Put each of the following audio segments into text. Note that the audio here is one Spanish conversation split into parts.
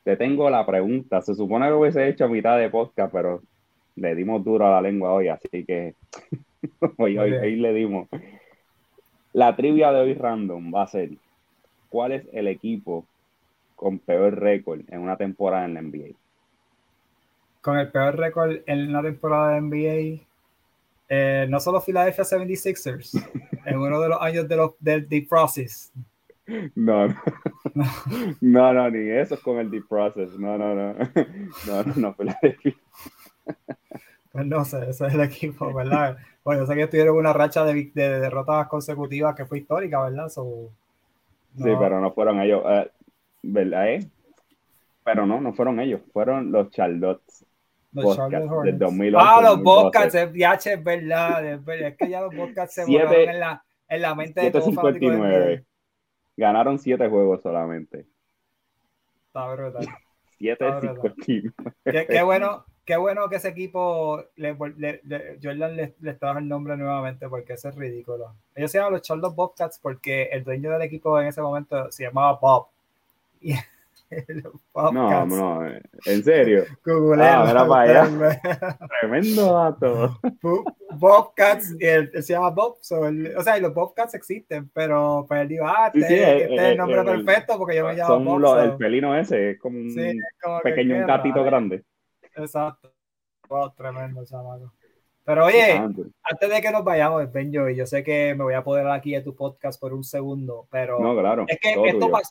te tengo la pregunta. Se supone que hubiese hecho a mitad de podcast, pero le dimos duro a la lengua hoy, así que Muy bien. hoy le dimos. La trivia de hoy random va a ser, ¿cuál es el equipo con peor récord en una temporada en la NBA? Con el peor récord en una temporada de NBA, no solo Philadelphia 76ers, en uno de los años del The Process. No, no, no, no, ni eso es con el deep process. No, no, no. No, no, no, Philadelphia. Pues no sé, ese es el equipo, ¿verdad? Bueno, yo sé que tuvieron una racha de derrotas consecutivas que fue histórica, ¿verdad? So, Sí, no, pero no fueron ellos, ¿verdad? Pero no, no fueron ellos, fueron los Charlotte los Charlotte Bobcats del Hornets. Ah, los Bobcats, 2011-2012. es verdad, es verdad. Es que ya los Bobcats se borraron Siete, en la mente de todo fanático de NBA. 7-59. Ganaron 7 juegos solamente. Está brutal, Siete está brutal. cincuenta y Qué nueve. qué bueno que ese equipo, Jordan les trajo el nombre nuevamente porque eso es ridículo. Ellos se llaman los Charlotte Bobcats porque el dueño del equipo en ese momento se llamaba Bob. Y los No, Bobcats, no, en serio. Ah, googleenlo, mira para ustedes allá. ven. Tremendo dato. Bobcats, y él se llama Bob, o sea, y los Bobcats existen, pero pues él dijo, Sí, sí, este es el nombre perfecto porque yo me llamo Bob, el so, felino ese, es como sí, es un como que pequeño, un qué gatito raro, grande. exacto. Wow, tremendo, chamaco. Pero Ya, oye, antes. antes de que nos vayamos, Benjo, y yo sé que me voy a poder aquí en tu podcast por un segundo, pero No, claro, es que todo tuyo.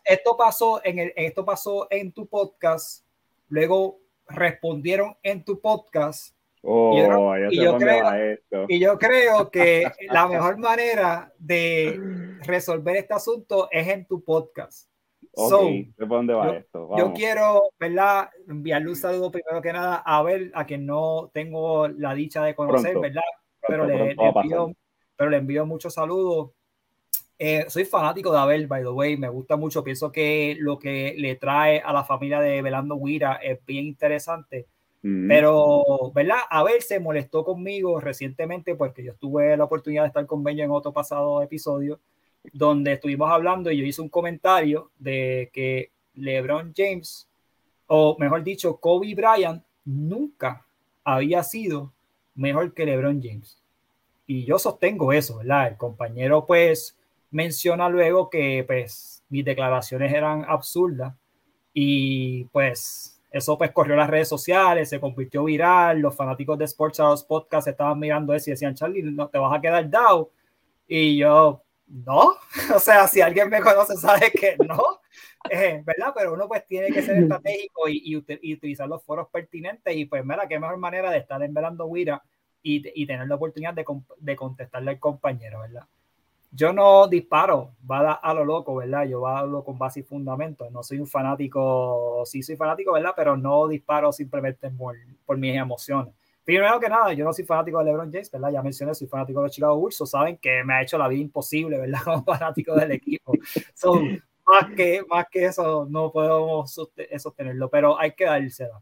esto pasó en tu podcast, luego respondieron en tu podcast, y yo, Oh, ya y sé yo dónde creo, va esto. y yo creo que la mejor manera de resolver este asunto es en tu podcast. Ok, So, sé por dónde va yo, esto. yo Vamos. quiero, ¿verdad? Enviarle un saludo primero que nada a Abel, a quien no tengo la dicha de conocer, Pronto, ¿verdad? Pero pronto, pronto va a pasar. le envío muchos saludos. Soy fanático de Abel, by the way, me gusta mucho. Pienso que lo que le trae a la familia de Belando Guira es bien interesante. Mm, Pero, ¿verdad? Abel se molestó conmigo recientemente porque yo tuve la oportunidad de estar con Benjo en otro pasado episodio donde estuvimos hablando y yo hice un comentario de que LeBron James, o mejor dicho, Kobe Bryant, nunca había sido mejor que LeBron James. Y yo sostengo eso, ¿verdad? El compañero pues menciona luego que pues mis declaraciones eran absurdas y pues eso pues corrió las redes sociales, se convirtió viral, los fanáticos de Sports House Podcast estaban mirando eso y decían, Charlie, no te vas a quedar down. Y yo, no, o sea, si alguien me conoce sabe que no, ¿verdad? Pero uno pues tiene que ser estratégico y utilizar los foros pertinentes y pues mira, qué mejor manera de estar en Velando Guira y tener la oportunidad de contestarle al compañero, ¿verdad? Yo no disparo, va a lo loco, ¿verdad? Yo hablo con base y fundamento. No soy un fanático, sí soy fanático, ¿verdad? Pero no disparo simplemente por mis emociones. Primero que nada, yo no soy fanático de LeBron James, ¿verdad? Ya mencioné, soy fanático de los Chicago Bulls, saben que me ha hecho la vida imposible, ¿verdad? Como fanático del equipo. So, más que eso, no podemos sostenerlo, pero hay que dársela.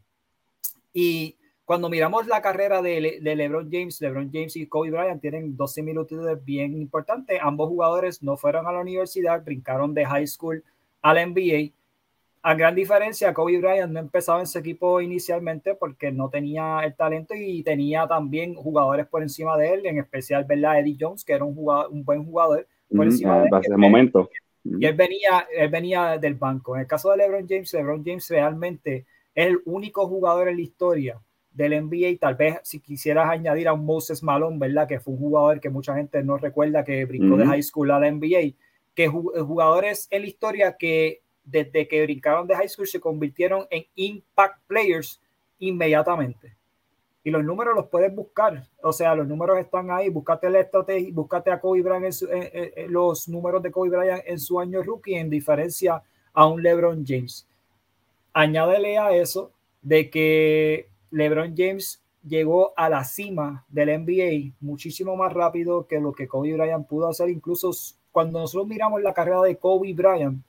Y cuando miramos la carrera de LeBron James y Kobe Bryant tienen dos similitudes bien importantes. Ambos jugadores no fueron a la universidad, brincaron de high school a la NBA. A gran diferencia, Kobe Bryant no empezaba en su equipo inicialmente porque no tenía el talento y tenía también jugadores por encima de él, en especial, ¿verdad? Eddie Jones, que era un buen jugador por encima de va a él. ser momento. Y él venía del banco. En el caso de LeBron James realmente es el único jugador en la historia del NBA. Tal vez si quisieras añadir a un Moses Malone, ¿verdad? Que fue un jugador que mucha gente no recuerda que brincó de high school a la NBA. Que jugadores en la historia que desde que brincaron de high school se convirtieron en impact players inmediatamente. Y los números los puedes buscar, o sea, los números están ahí, búscate la estrategia, búscate a Kobe Bryant los números de Kobe Bryant en su año rookie en diferencia a un LeBron James. Añádele a eso de que LeBron James llegó a la cima del NBA muchísimo más rápido que lo que Kobe Bryant pudo hacer, incluso cuando nosotros miramos la carrera de Kobe Bryant,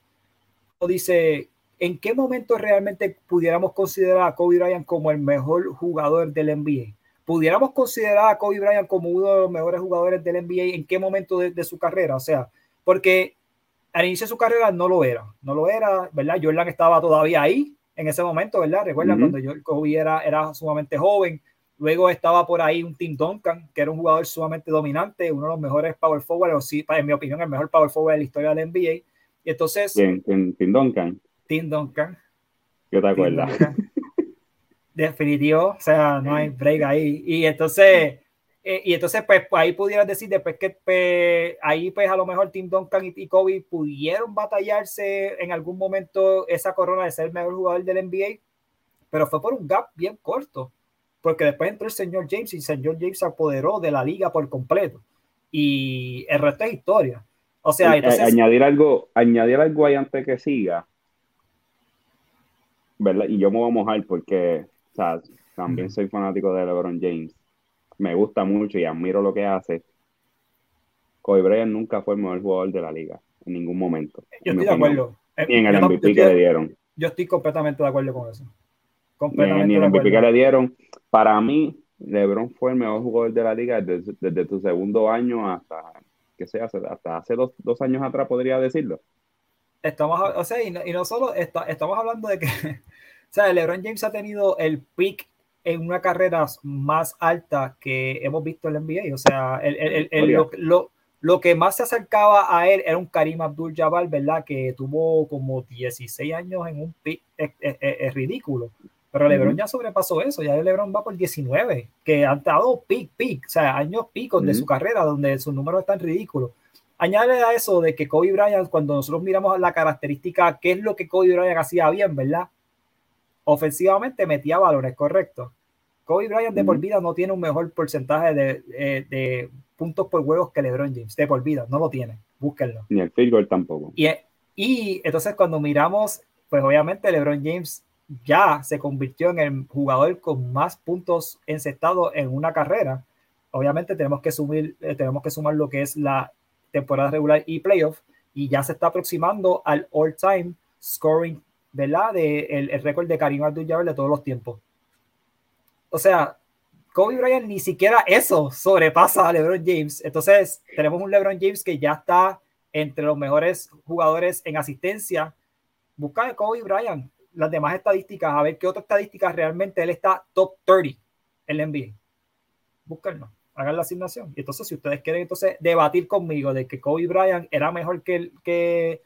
dice, ¿en qué momento realmente pudiéramos considerar a Kobe Bryant como el mejor jugador del NBA? ¿Pudiéramos considerar a Kobe Bryant como uno de los mejores jugadores del NBA en qué momento de su carrera? O sea, porque al inicio de su carrera no lo era, ¿verdad? Jordan estaba todavía ahí en ese momento, ¿verdad? Recuerdan cuando Kobe era sumamente joven. Luego estaba por ahí un Tim Duncan, que era un jugador sumamente dominante, uno de los mejores power forward, o sí, en mi opinión, el mejor power forward de la historia del NBA. Y entonces... Tim Duncan. Tim Duncan. ¿Qué te acuerdas? Definitivo, o sea, no hay break ahí. Y entonces pues ahí pudieras decir después que pues, ahí pues a lo mejor Tim Duncan y Kobe pudieron batallarse en algún momento esa corona de ser el mejor jugador del NBA, pero fue por un gap bien corto, porque después entró el señor James y el señor James se apoderó de la liga por completo y el resto es historia. O sea, entonces... añadir algo ahí antes que siga, ¿verdad? Y yo me voy a mojar porque, o sea, también soy fanático de LeBron James. Me gusta mucho y admiro lo que hace. Kobe Bryant nunca fue el mejor jugador de la liga, en ningún momento. Yo estoy de acuerdo. Ni en el MVP que le dieron. Yo estoy completamente de acuerdo con eso. Ni el MVP que le dieron. Para mí, LeBron fue el mejor jugador de la liga desde tu segundo año hasta, qué sé, hasta hace dos años atrás, podría decirlo. O sea, y no solo estamos hablando de que, o sea, LeBron James ha tenido el peak en una carrera más alta que hemos visto en la NBA. O sea, lo que más se acercaba a él era un Kareem Abdul-Jabbar, ¿verdad? Que tuvo como 16 años en un peak, es ridículo. Pero LeBron ya sobrepasó eso, ya LeBron va por 19, que han dado peak, o sea, años picos de su carrera donde sus números están ridículos. Añade a eso de que Kobe Bryant, cuando nosotros miramos la característica, qué es lo que Kobe Bryant hacía bien, ¿verdad? Ofensivamente metía balones, correcto. Kobe Bryant de por vida no tiene un mejor porcentaje de puntos por juegos que LeBron James, de por vida, no lo tiene, búsquenlo. Ni el field goal tampoco. Y entonces cuando miramos, pues obviamente LeBron James ya se convirtió en el jugador con más puntos encestados en una carrera. Obviamente tenemos que sumar lo que es la temporada regular y playoff, y ya se está aproximando al all-time scoring, ¿verdad? El récord de Kareem Abdul-Jabbar de todos los tiempos. O sea, Kobe Bryant ni siquiera eso sobrepasa a LeBron James. Entonces, tenemos un LeBron James que ya está entre los mejores jugadores en asistencia. Busca de Kobe Bryant las demás estadísticas, a ver qué otras estadísticas realmente él está top 30 en la NBA. Búsquenlo, hagan la asignación. Y entonces, si ustedes quieren entonces debatir conmigo de que Kobe Bryant era mejor que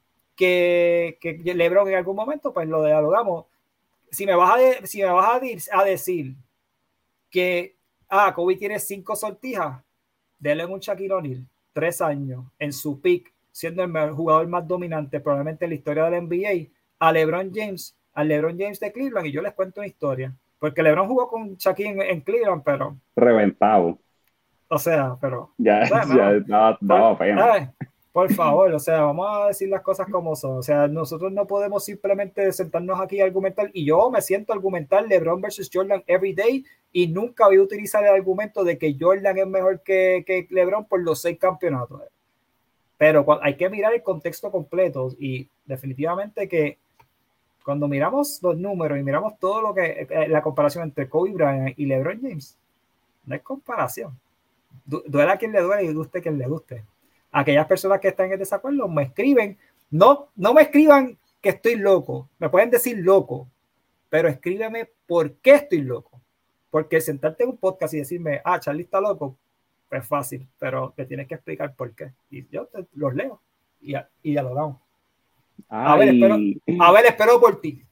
LeBron en algún momento, pues lo dialogamos. Si me vas a decir que Kobe tiene 5 sortijas, denle un Shaquille O'Neal, 3 años en su peak, siendo el jugador más dominante probablemente en la historia de la NBA, al LeBron James de Cleveland, y yo les cuento una historia, porque LeBron jugó con Shaquille en Cleveland, pero reventado. O sea, pero ya daba pena. Por favor, o sea, vamos a decir las cosas como son. O sea, nosotros no podemos simplemente sentarnos aquí a argumentar, y yo me siento a argumentar LeBron versus Jordan every day, y nunca voy a utilizar el argumento de que Jordan es mejor que LeBron por los 6 campeonatos. Pero hay que mirar el contexto completo, y definitivamente que cuando miramos los números y miramos todo lo que la comparación entre Kobe Bryant y LeBron James, no hay comparación. Duela a quien le duele y guste a quien le guste. Aquellas personas que están en desacuerdo me escriben, no me escriban que estoy loco, me pueden decir loco, pero escríbeme por qué estoy loco, porque sentarte en un podcast y decirme, Charlie está loco, es fácil, pero te tienes que explicar por qué, y yo los leo y dialogamos. A ver, espero por ti.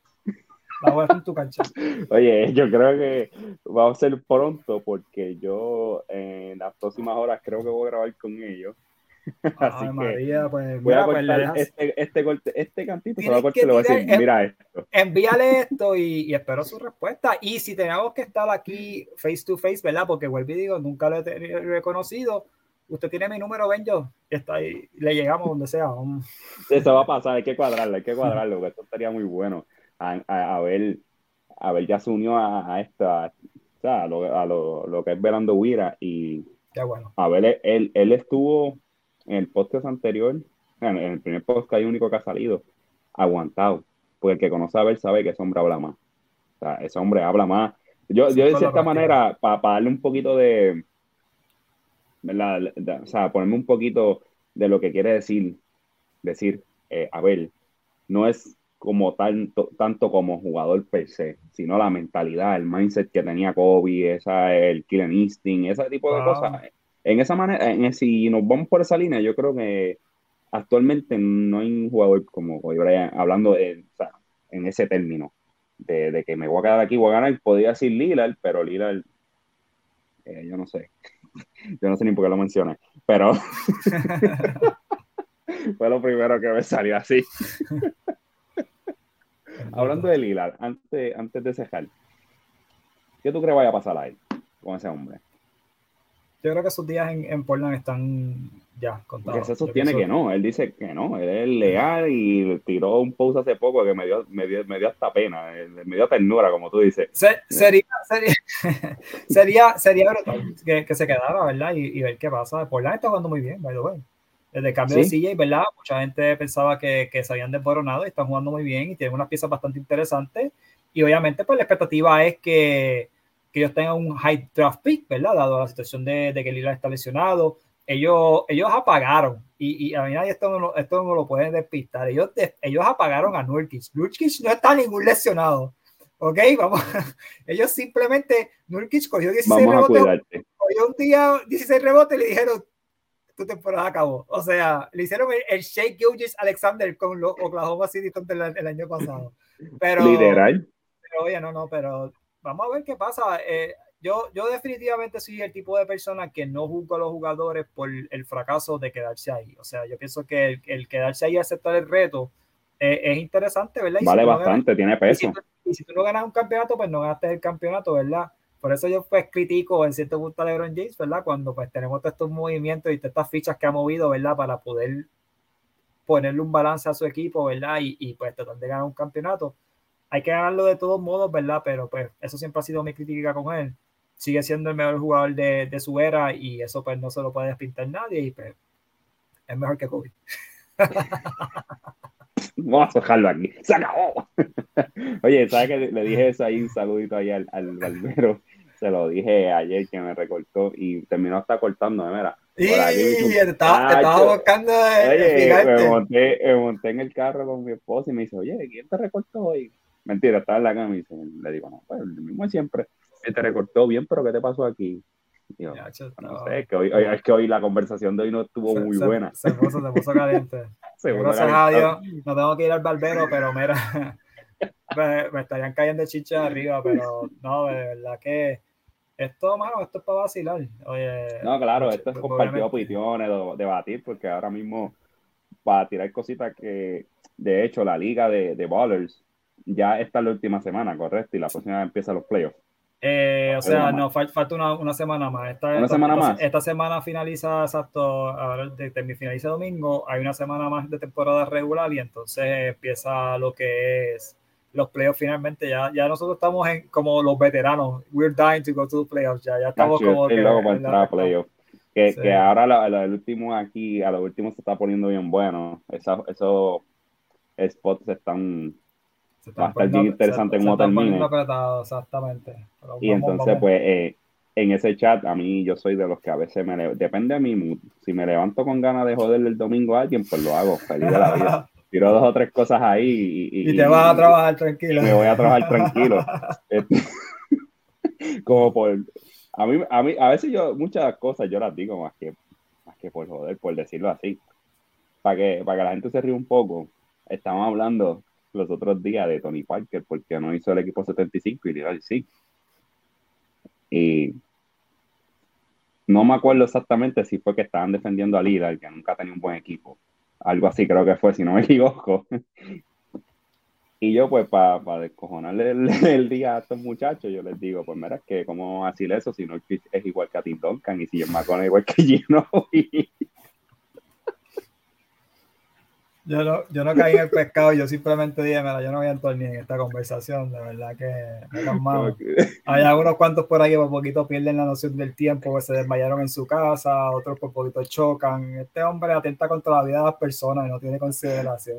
La voy a hacer en tu cancha. Oye, yo creo que va a ser pronto, porque yo en las próximas horas creo que voy a grabar con ellos. Así María, que pues, voy a pues cortar este cantito, se lo voy a cortar y le voy a decir, mira esto. Envíale esto y espero su respuesta. Y si tenemos que estar aquí face to face, ¿verdad? Porque vuelvo y digo, nunca lo he reconocido. Usted tiene mi número, Benjo, y está ahí, le llegamos donde sea. Eso va a pasar, hay que cuadrarlo, porque esto estaría muy bueno. A ver, ya se unió a esta, o sea, a lo que es Velando Huira, y qué bueno. A ver, él estuvo en el podcast anterior, en el primer podcast y único que ha salido, aguantado, porque el que conoce a Abel sabe que ese hombre habla más. O sea, ese hombre habla más. Yo de cierta manera, para darle un poquito de, ¿verdad? O sea, ponerme un poquito de lo que quiere decir Abel, no es como tanto como jugador per se, sino la mentalidad, el mindset que tenía Kobe, el Killing Instinct, ese tipo de cosas. Wow. En esa manera, si nos vamos por esa línea, yo creo que actualmente no hay un jugador como Kobe Bryant, hablando o sea, en ese término, de que me voy a quedar aquí, voy a ganar, podría decir Lillard, pero Lillard, yo no sé ni por qué lo mencioné, pero fue lo primero que me salió así. Hablando de Lillard, antes de cejar, ¿qué tú crees vaya a pasar ahí con ese hombre? Yo creo que sus días en Portland están ya Porque contados. se Yo sostiene que pienso, no, él dice que no, él es leal y tiró un post hace poco que me dio hasta pena, me dio ternura, como tú dices. sería, sería brutal que se quedara, ¿verdad? Y ver qué pasa. Portland está jugando muy bien, by the way. Desde el cambio de Sí, CJ, ¿verdad? Mucha gente pensaba que se habían desboronado y están jugando muy bien y tienen unas piezas bastante interesantes. Y obviamente, pues la expectativa es que ellos tengan un high draft pick, ¿verdad? Dado la situación de que Lillard está lesionado. Ellos apagaron, y a mí nadie esto no lo pueden despistar. Ellos apagaron a Nurkic. Nurkic no está ningún lesionado. Ok, vamos. Ellos simplemente, Nurkic cogió 16 vamos a rebotes, cuidarte. cogió un día 16 rebotes y le dijeron, tu temporada acabó. O sea, le hicieron el Shea Gilgeous-Alexander con los Oklahoma City Thunder el año pasado. Pero, Literal. oye, no, pero vamos a ver qué pasa. Yo definitivamente soy el tipo de persona que no juzgo a los jugadores por el fracaso de quedarse ahí. O sea, yo pienso que el quedarse ahí y aceptar el reto es interesante, ¿verdad? Y si Vale tú no ganas, bastante, tiene peso. y si tú no ganas un campeonato, pues no ganaste el campeonato, ¿verdad? Por eso yo pues critico en cierto punto a LeBron James, ¿verdad? Cuando pues tenemos todos estos movimientos y todas estas fichas que ha movido, ¿verdad? Para poder ponerle un balance a su equipo, ¿verdad? Y pues tratar de ganar un campeonato. Hay que ganarlo de todos modos, ¿verdad? Pero pues eso siempre ha sido mi crítica con él. Sigue siendo el mejor jugador de su era y eso pues no se lo puede despintar nadie y pues es mejor que Kobe. Vamos a dejarlo aquí. ¡Se acabó! Oye, ¿sabes que le dije eso ahí? Un saludito ahí al barbero. Se lo dije ayer que me recortó y terminó hasta cortando, mira. Por aquí me hizo Y un estaba cacho. buscando Oye, fijarte. me monté en el carro con mi esposa y me dice, oye, ¿quién te recortó hoy? Mentira, estaba en la cama y le digo, no, pues el mismo de siempre. Él te recortó bien, pero ¿qué te pasó aquí? Y yo, Ya, no sé, es que hoy la conversación de hoy no estuvo muy buena. se puso caliente. Se Yo, puso gracias a calentado. Dios, no tengo que ir al barbero, pero mira, me estarían cayendo chichas arriba, pero no, de verdad que esto, mano, esto es para vacilar. Oye, No, claro, mucho, esto es pues, compartir obviamente. opiniones, debatir, porque ahora mismo para tirar cositas que, de hecho, la liga de Ballers ya está en la última semana, correcto, y la próxima empieza los playoffs. O Hay una sea, más. no, falta una semana más. Una semana más. Esta semana finaliza, exacto, ahora finaliza domingo, hay una semana más de temporada regular y entonces empieza lo que es los playoffs finalmente. Ya nosotros estamos como los veteranos. We're dying to go to the playoffs. Ya estamos Nacho, yo como estoy que loco para en la entrar a recta. playoffs. Sí. Que ahora el último aquí, a lo último se está poniendo bien bueno. Esos spots va a estar bien interesante Se cómo están poniendo termine. apretados, exactamente. Pero Y entonces, vamos. pues, en ese chat, a mí yo soy de los que a veces depende de mi mood. Si me levanto con ganas de joderle el domingo a alguien, pues lo hago, feliz de la vida. Tiro dos o tres cosas ahí Y te vas a y trabajar tranquilo. me voy a trabajar tranquilo. Este, como por, a veces muchas cosas yo las digo más que por joder, por decirlo así. Para que la gente se ríe un poco. Estamos hablando los otros días de Tony Parker, porque no hizo el equipo 75 y digo, sí. Y no me acuerdo exactamente si fue que estaban defendiendo a Lillard, que nunca tenía un buen equipo. Algo así creo que fue, si no me equivoco. Y yo, pues, para descojonarle el día a estos muchachos, yo les digo, pues mira, es que cómo vamos a decir eso si no es igual que a Tim Duncan y si es McConnell es igual que Gino. Yo no caí en el pescado, yo simplemente dije, mira, yo no voy a entrar ni en esta conversación, de verdad que no tan malo. Hay algunos cuantos por ahí que por poquito pierden la noción del tiempo, que se desmayaron en su casa, otros por poquito chocan. Este hombre atenta contra la vida de las personas y no tiene consideración.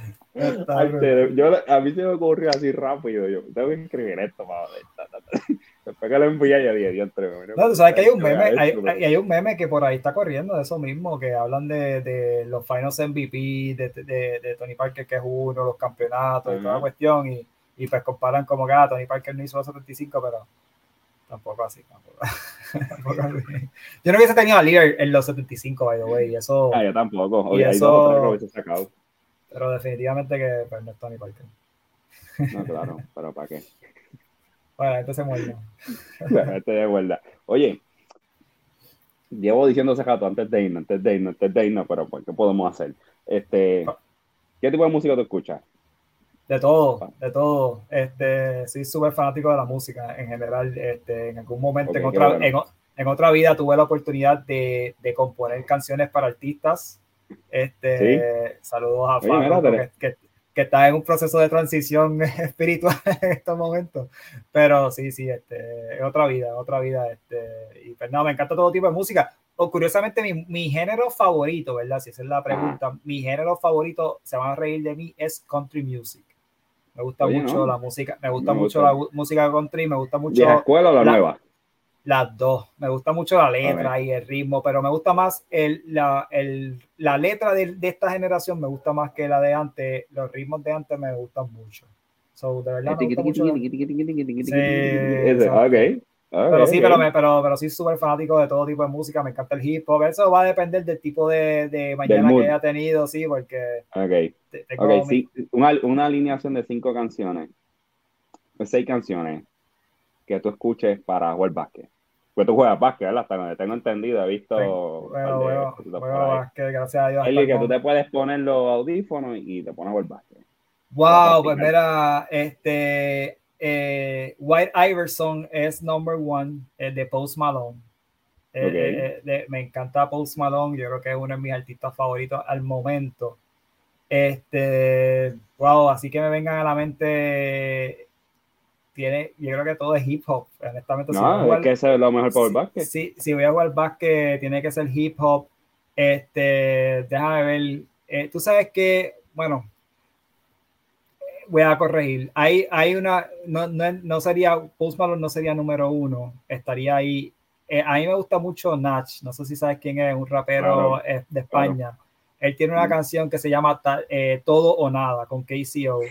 Está brutal. A mí se me ocurrió así rápido, yo tengo que escribir esto para ver. Después que lo envié, yo dije, Dios mío. No, tú sabes que hay un meme que por ahí está corriendo de eso mismo, que hablan de los Finals MVP, de Tony Parker, que es uno, los campeonatos y toda la cuestión, y pues comparan como que Tony Parker no hizo los 75, pero tampoco así. Tampoco así. Yo no hubiese tenido a Lear en los 75, by the way, y eso... yo tampoco, y hay eso, 2 o 3 que hubiese sacado. Pero definitivamente que pues, no es Tony Parker. No, claro, pero ¿para qué? Bueno, entonces muerto. Este de verdad. Oye, llevo diciendo ese rato antes de irnos, pero pues, ¿qué podemos hacer? ¿Qué tipo de música tú escuchas? De todo. Soy súper fanático de la música en general. En algún momento, en otra vida, tuve la oportunidad de componer canciones para artistas. ¿Sí? Saludos a Farro, que está en un proceso de transición espiritual en estos momentos. Pero sí, en otra vida. Y pues no, me encanta todo tipo de música. O curiosamente, mi género favorito, ¿verdad? Si esa es la pregunta, mi género favorito, se van a reír de mí, es country music. Me gusta mucho la música, me gusta mucho la música country, me gusta mucho... ¿Vieja escuela o la nueva? Las dos. Me gusta mucho la letra y el ritmo, pero me gusta más la letra de esta generación, me gusta más que la de antes. Los ritmos de antes me gustan mucho. So, de verdad me gusta mucho. Pero sí, pero sí súper fanático de todo tipo de música, me encanta el hip hop. Eso va a depender del tipo de mañana que haya tenido, sí, porque sí, una alineación de 5 canciones, 6 canciones que tú escuches para jugar básquet. Pues tú juegas básquet, ¿verdad? Hasta donde tengo entendido, he visto juego básquet, gracias a Dios. Que tú te puedes poner los audífonos y te pones a jugar básquet. Wow, pues mira, White Iverson es number 1 de Post Malone. Me encanta Post Malone, yo creo que es uno de mis artistas favoritos al momento. Wow, así que me vengan a la mente, yo creo que todo es hip hop, honestamente. No, es que eso es lo mejor para el básquet. Si voy a jugar básquet, tiene que ser hip hop. Déjame ver, tú sabes que, bueno, voy a corregir. Hay una, no sería, Post Malone no sería número 1, estaría ahí. A mí me gusta mucho Nach, no sé si sabes quién es, un rapero de España. Claro. Él tiene una canción que se llama Todo o Nada con KCO.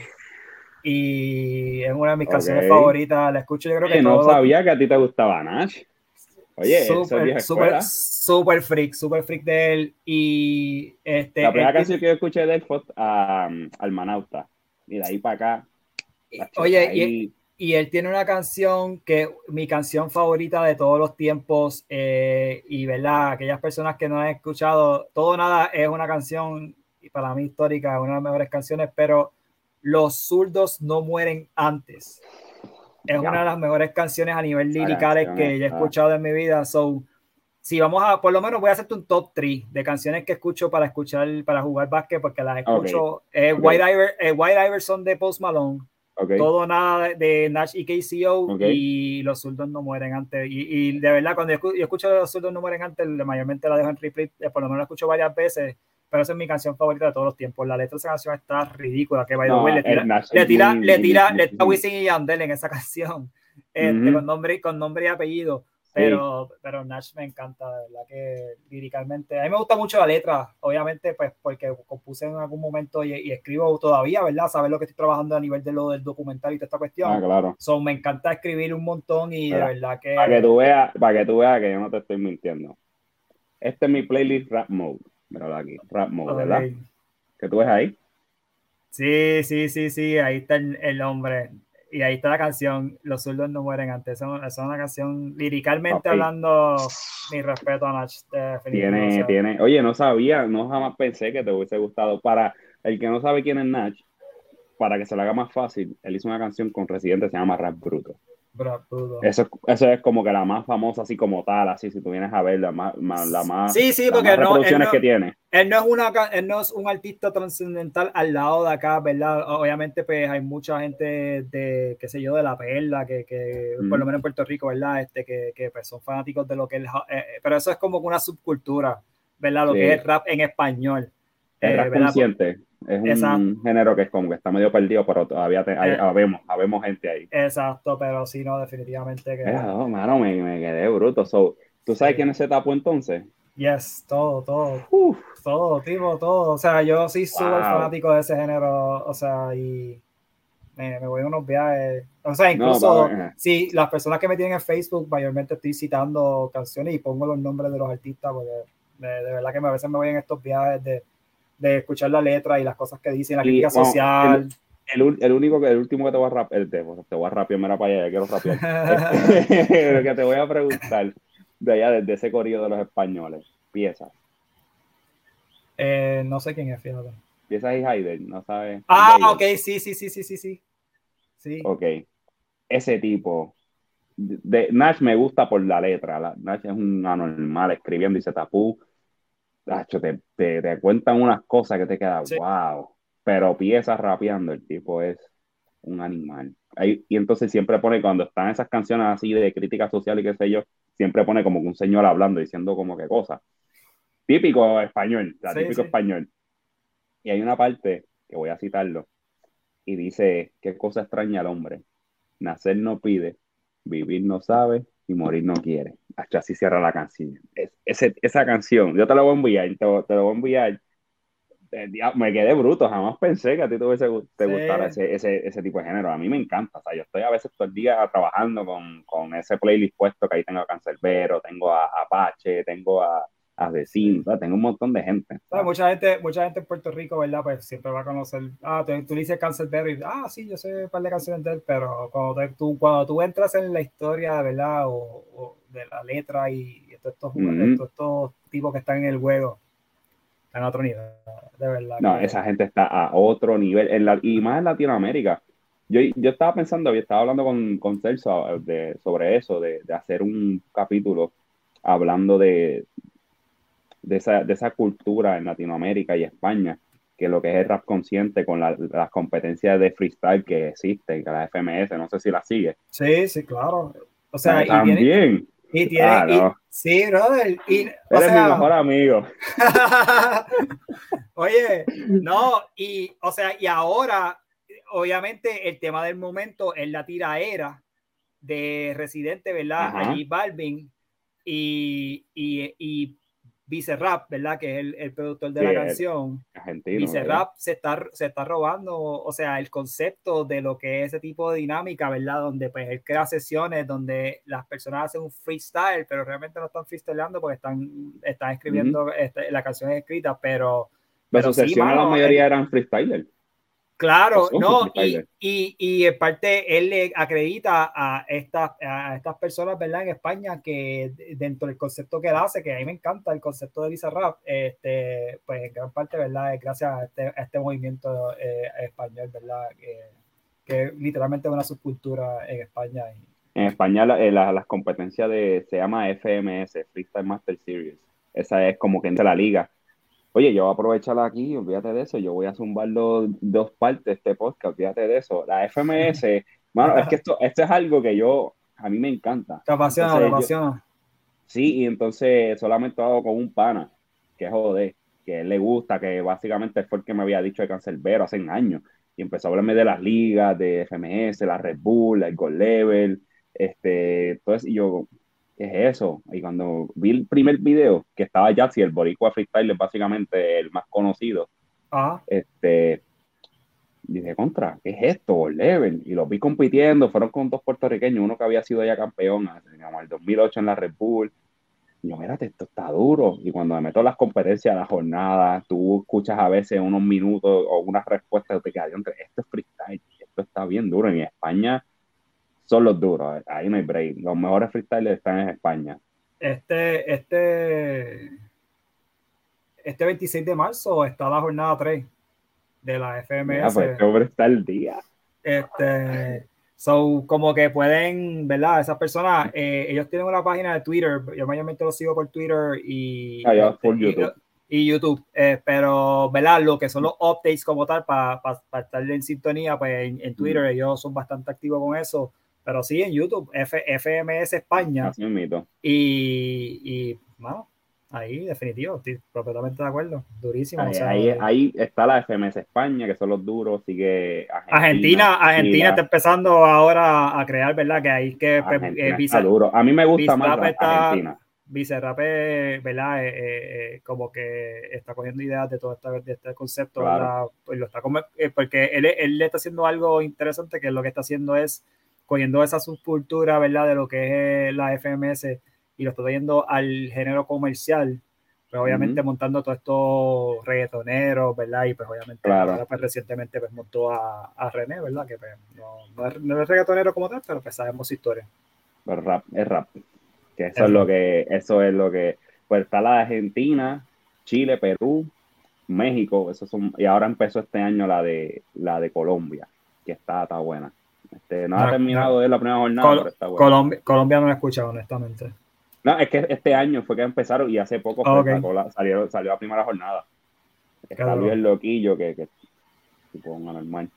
Y es una de mis canciones favoritas. La escucho, yo creo que no sabía que a ti te gustaba Nach. Oye, super freak de él. Y la primera canción que yo escuché de él fue Almanauta. Y de ahí para acá. Oye, y él tiene una canción que mi canción favorita de todos los tiempos, y verdad, aquellas personas que no han escuchado, Todo Nada es una canción para mí histórica, una de las mejores canciones, pero Los Zurdos No Mueren Antes es una de las mejores canciones a nivel liricales que yo he escuchado en mi vida. So, si vamos a, por lo menos voy a hacerte un top 3 de canciones que escucho para jugar básquet, porque las escucho. White Iverson de Post Malone, Todo Nada de Nach y KCO, y Los Zurdos No Mueren Antes. Y de verdad, cuando yo escucho Los Zurdos No Mueren Antes, mayormente la dejo en replay, por lo menos la escucho varias veces, pero esa es mi canción favorita de todos los tiempos. La letra de esa canción está ridícula, que le tira Wisin y Yandel en esa canción, con nombre y apellido. Pero Nach me encanta, de verdad que líricamente, a mí me gusta mucho la letra, obviamente, pues porque compuse en algún momento y escribo todavía, ¿verdad? Saber lo que estoy trabajando a nivel de lo del documental y toda esta cuestión. Claro. So, me encanta escribir un montón y de verdad que... Para que tú veas que yo no te estoy mintiendo. Este es mi playlist Rap Mode. Míralo aquí, Rap Mode, ¿verdad? ¿Qué tú ves ahí? Sí, ahí está el hombre. Y ahí está la canción Los Zurdos No Mueren Antes. Es una canción, líricamente hablando, mi respeto a Nach. Tiene. Oye, no sabía, no jamás pensé que te hubiese gustado. Para el que no sabe quién es Nach, para que se lo haga más fácil, él hizo una canción con Residente, se llama Rap Bruto. Eso es como que la más famosa, así como tal, así si tú vienes a ver la más porque reproducciones que tiene. Él no es un artista trascendental al lado de acá, ¿verdad? Obviamente, pues hay mucha gente de, qué sé yo, de La Perla, que por lo menos en Puerto Rico, ¿verdad? Que pues son fanáticos de lo que es, pero eso es como una subcultura, ¿verdad? Lo que es rap en español. El rap ¿verdad? consciente es Exacto, un género que es como que está medio perdido, pero todavía habemos gente ahí. exacto, pero sí, no, definitivamente Mira, que no, mano, me quedé bruto. So, ¿tú sabes quién sí. es ese tapo entonces? Yes, todo, todo, Uf, todo, tipo, todo. O sea, yo sí súper wow. fanático de ese género, o sea, y me voy a unos viajes. O sea, No, incluso si las personas que me tienen en Facebook, mayormente estoy citando canciones y pongo los nombres de los artistas, porque de verdad que a veces me voy en estos viajes de escuchar la letra y las cosas que dicen, la y crítica bueno, social. el último que te voy a rapear, te voy a rapear, mira para allá, ya quiero rapear. Lo que te voy a preguntar de allá, desde ese corrido de los españoles, piezas. No sé quién es, fíjate. Piezas y Haider, ¿no sabes? El Ah, de ellos. ok, sí, sí, sí, sí, sí, sí. Sí, Ok, ese tipo. Nash me gusta por la letra. Nash es un anormal escribiendo y se tapó. Nacho, te cuentan unas cosas que te quedan, sí, wow. Pero piezas rapeando, el tipo es un animal. Y entonces siempre pone, cuando están esas canciones así de crítica social y qué sé yo, siempre pone como que un señor hablando, diciendo como que cosas. Típico español, o sea, sí, típico sí. español. Y hay una parte que voy a citarlo y dice, qué cosa extraña al hombre. Nacer no pide, vivir no sabe y morir no quiere. Hasta así cierra la canción. Esa canción, yo te la voy a enviar, te lo voy a enviar. Me quedé bruto, jamás pensé que a ti te Sí. gustara ese tipo de género. A mí me encanta, o sea, yo estoy a veces todo el día trabajando con ese playlist puesto que ahí tengo a Canserbero, tengo a Apache, tengo a Asesino, o Sí. sea, tengo un montón de gente. O ¿Sabes? sea, Mucha gente en Puerto Rico, ¿verdad? Pues siempre va a conocer. Ah, tú le dices Canserbero y sí, yo sé un par de canciones de él, pero cuando tú entras en la historia, ¿verdad? O de la letra y estos tipos que están en el juego, están a otro nivel, de verdad no, que. esa gente está a otro nivel, y más en Latinoamérica. Yo estaba pensando, yo estaba hablando con Celso sobre eso, de hacer un capítulo hablando de esa cultura en Latinoamérica y España, que lo que es el rap consciente con las competencias de freestyle que existen, que la FMS, no sé si la sigue. Sí, sí, claro. O sea, También. No, sí, brother, o eres mi sea, mejor amigo. oye, no, o sea, y ahora, obviamente, el tema del momento es la tiraera de Residente, ¿verdad? Ajá, Allí Balvin y Bizarrap, ¿verdad? Que es el productor de sí, la el canción. argentino, ¿verdad? Bizarrap se está robando, o sea, el concepto de lo que es ese tipo de dinámica, ¿verdad? Donde pues él crea sesiones donde las personas hacen un freestyle, pero realmente no están freestyleando porque están Ujú. escribiendo, la canción es escrita, Pero pero sus sí, sesiones la mano, mayoría eran freestyler, o claro, son no, freestyler. y en parte él le acredita a estas personas, ¿verdad? En España que dentro del concepto que él hace, que a mí me encanta el concepto de Bizarrap, pues en gran parte, ¿verdad? Es gracias a este movimiento español, ¿verdad? Que literalmente es una subcultura en España. En España las competencias se llama FMS, Freestyle Master Series. Esa es como que entre la liga. Oye, yo voy a aprovecharla aquí, olvídate de eso. Yo voy a zumbar dos partes de este podcast, olvídate de eso. La FMS, mano, es que esto es algo que a mí me encanta. Te apasiona, te Entonces, apasiona. sí, y entonces solamente lo hago con un pana, que es joder, que a él le gusta, que básicamente fue el que me había dicho de Cancerbero hace años. Y empezó a hablarme de las ligas, de FMS, la Red Bull, el Gold Level, entonces, y yo, ¿qué es eso? Y cuando vi el primer video, que estaba Yatsi, el Boricua Freestyle, básicamente el más conocido, Ah, este, dije, contra, ¿qué es esto? Gold Level. Y los vi compitiendo, fueron con dos puertorriqueños, uno que había sido ya campeón, en el 2008 en la Red Bull. Y yo, mírate, esto está duro. Y cuando me meto en las competencias, las jornadas, tú escuchas a veces unos minutos o unas respuestas, te quedas, esto es freestyle, esto está bien duro. En España son los duros, ahí no hay break. Los mejores freestylers están en España. este, este, este 26 de marzo está la jornada 3 de la Mira, pues FMS. este hombre está al día. Como que pueden, ¿verdad? Esas personas, ellos tienen una página de Twitter, yo mayormente los sigo por Twitter Allá por YouTube. y YouTube, pero, ¿verdad? Lo que son los updates como tal, para estar en sintonía, pues en Twitter ellos son bastante activos con eso, pero sí en YouTube, FMS España, Así es mito. bueno, ahí, definitivo, estoy completamente de acuerdo, durísimo. O Ahí, sea, ahí está la FMS España, que son los duros, sigue Argentina, Argentina está Chile, empezando ahora a crear, ¿verdad? Que ahí que Argentina está duro. A mí me gusta más Bizarrap está, Argentina. Bizarrap, ¿verdad? Como que está cogiendo ideas de este concepto, Claro. ¿verdad? Pues lo está porque él le está haciendo algo interesante, que lo que está haciendo es cogiendo esa subcultura, ¿verdad? De lo que es la FMS y lo está trayendo al género comercial, pues obviamente Ujú, montando todos estos reggaetoneros, ¿verdad? Y pues obviamente claro. ahora pues recientemente pues montó a René, ¿verdad? Que pues, no es reggaetonero como tal, pero pues sabemos su historia. Pero rap, es rap. Que Es rap. eso es lo que, pues está la de Argentina, Chile, Perú, México, esos son, y ahora empezó este año la de Colombia, que está buena. No ha No, terminado no, de la primera jornada, pero está buena. Colombia no lo he escuchado, honestamente. No, es que este año fue que empezaron y hace poco Ok, salió la primera jornada. qué Está Luis duro. el Loquillo, que tipo un anormal.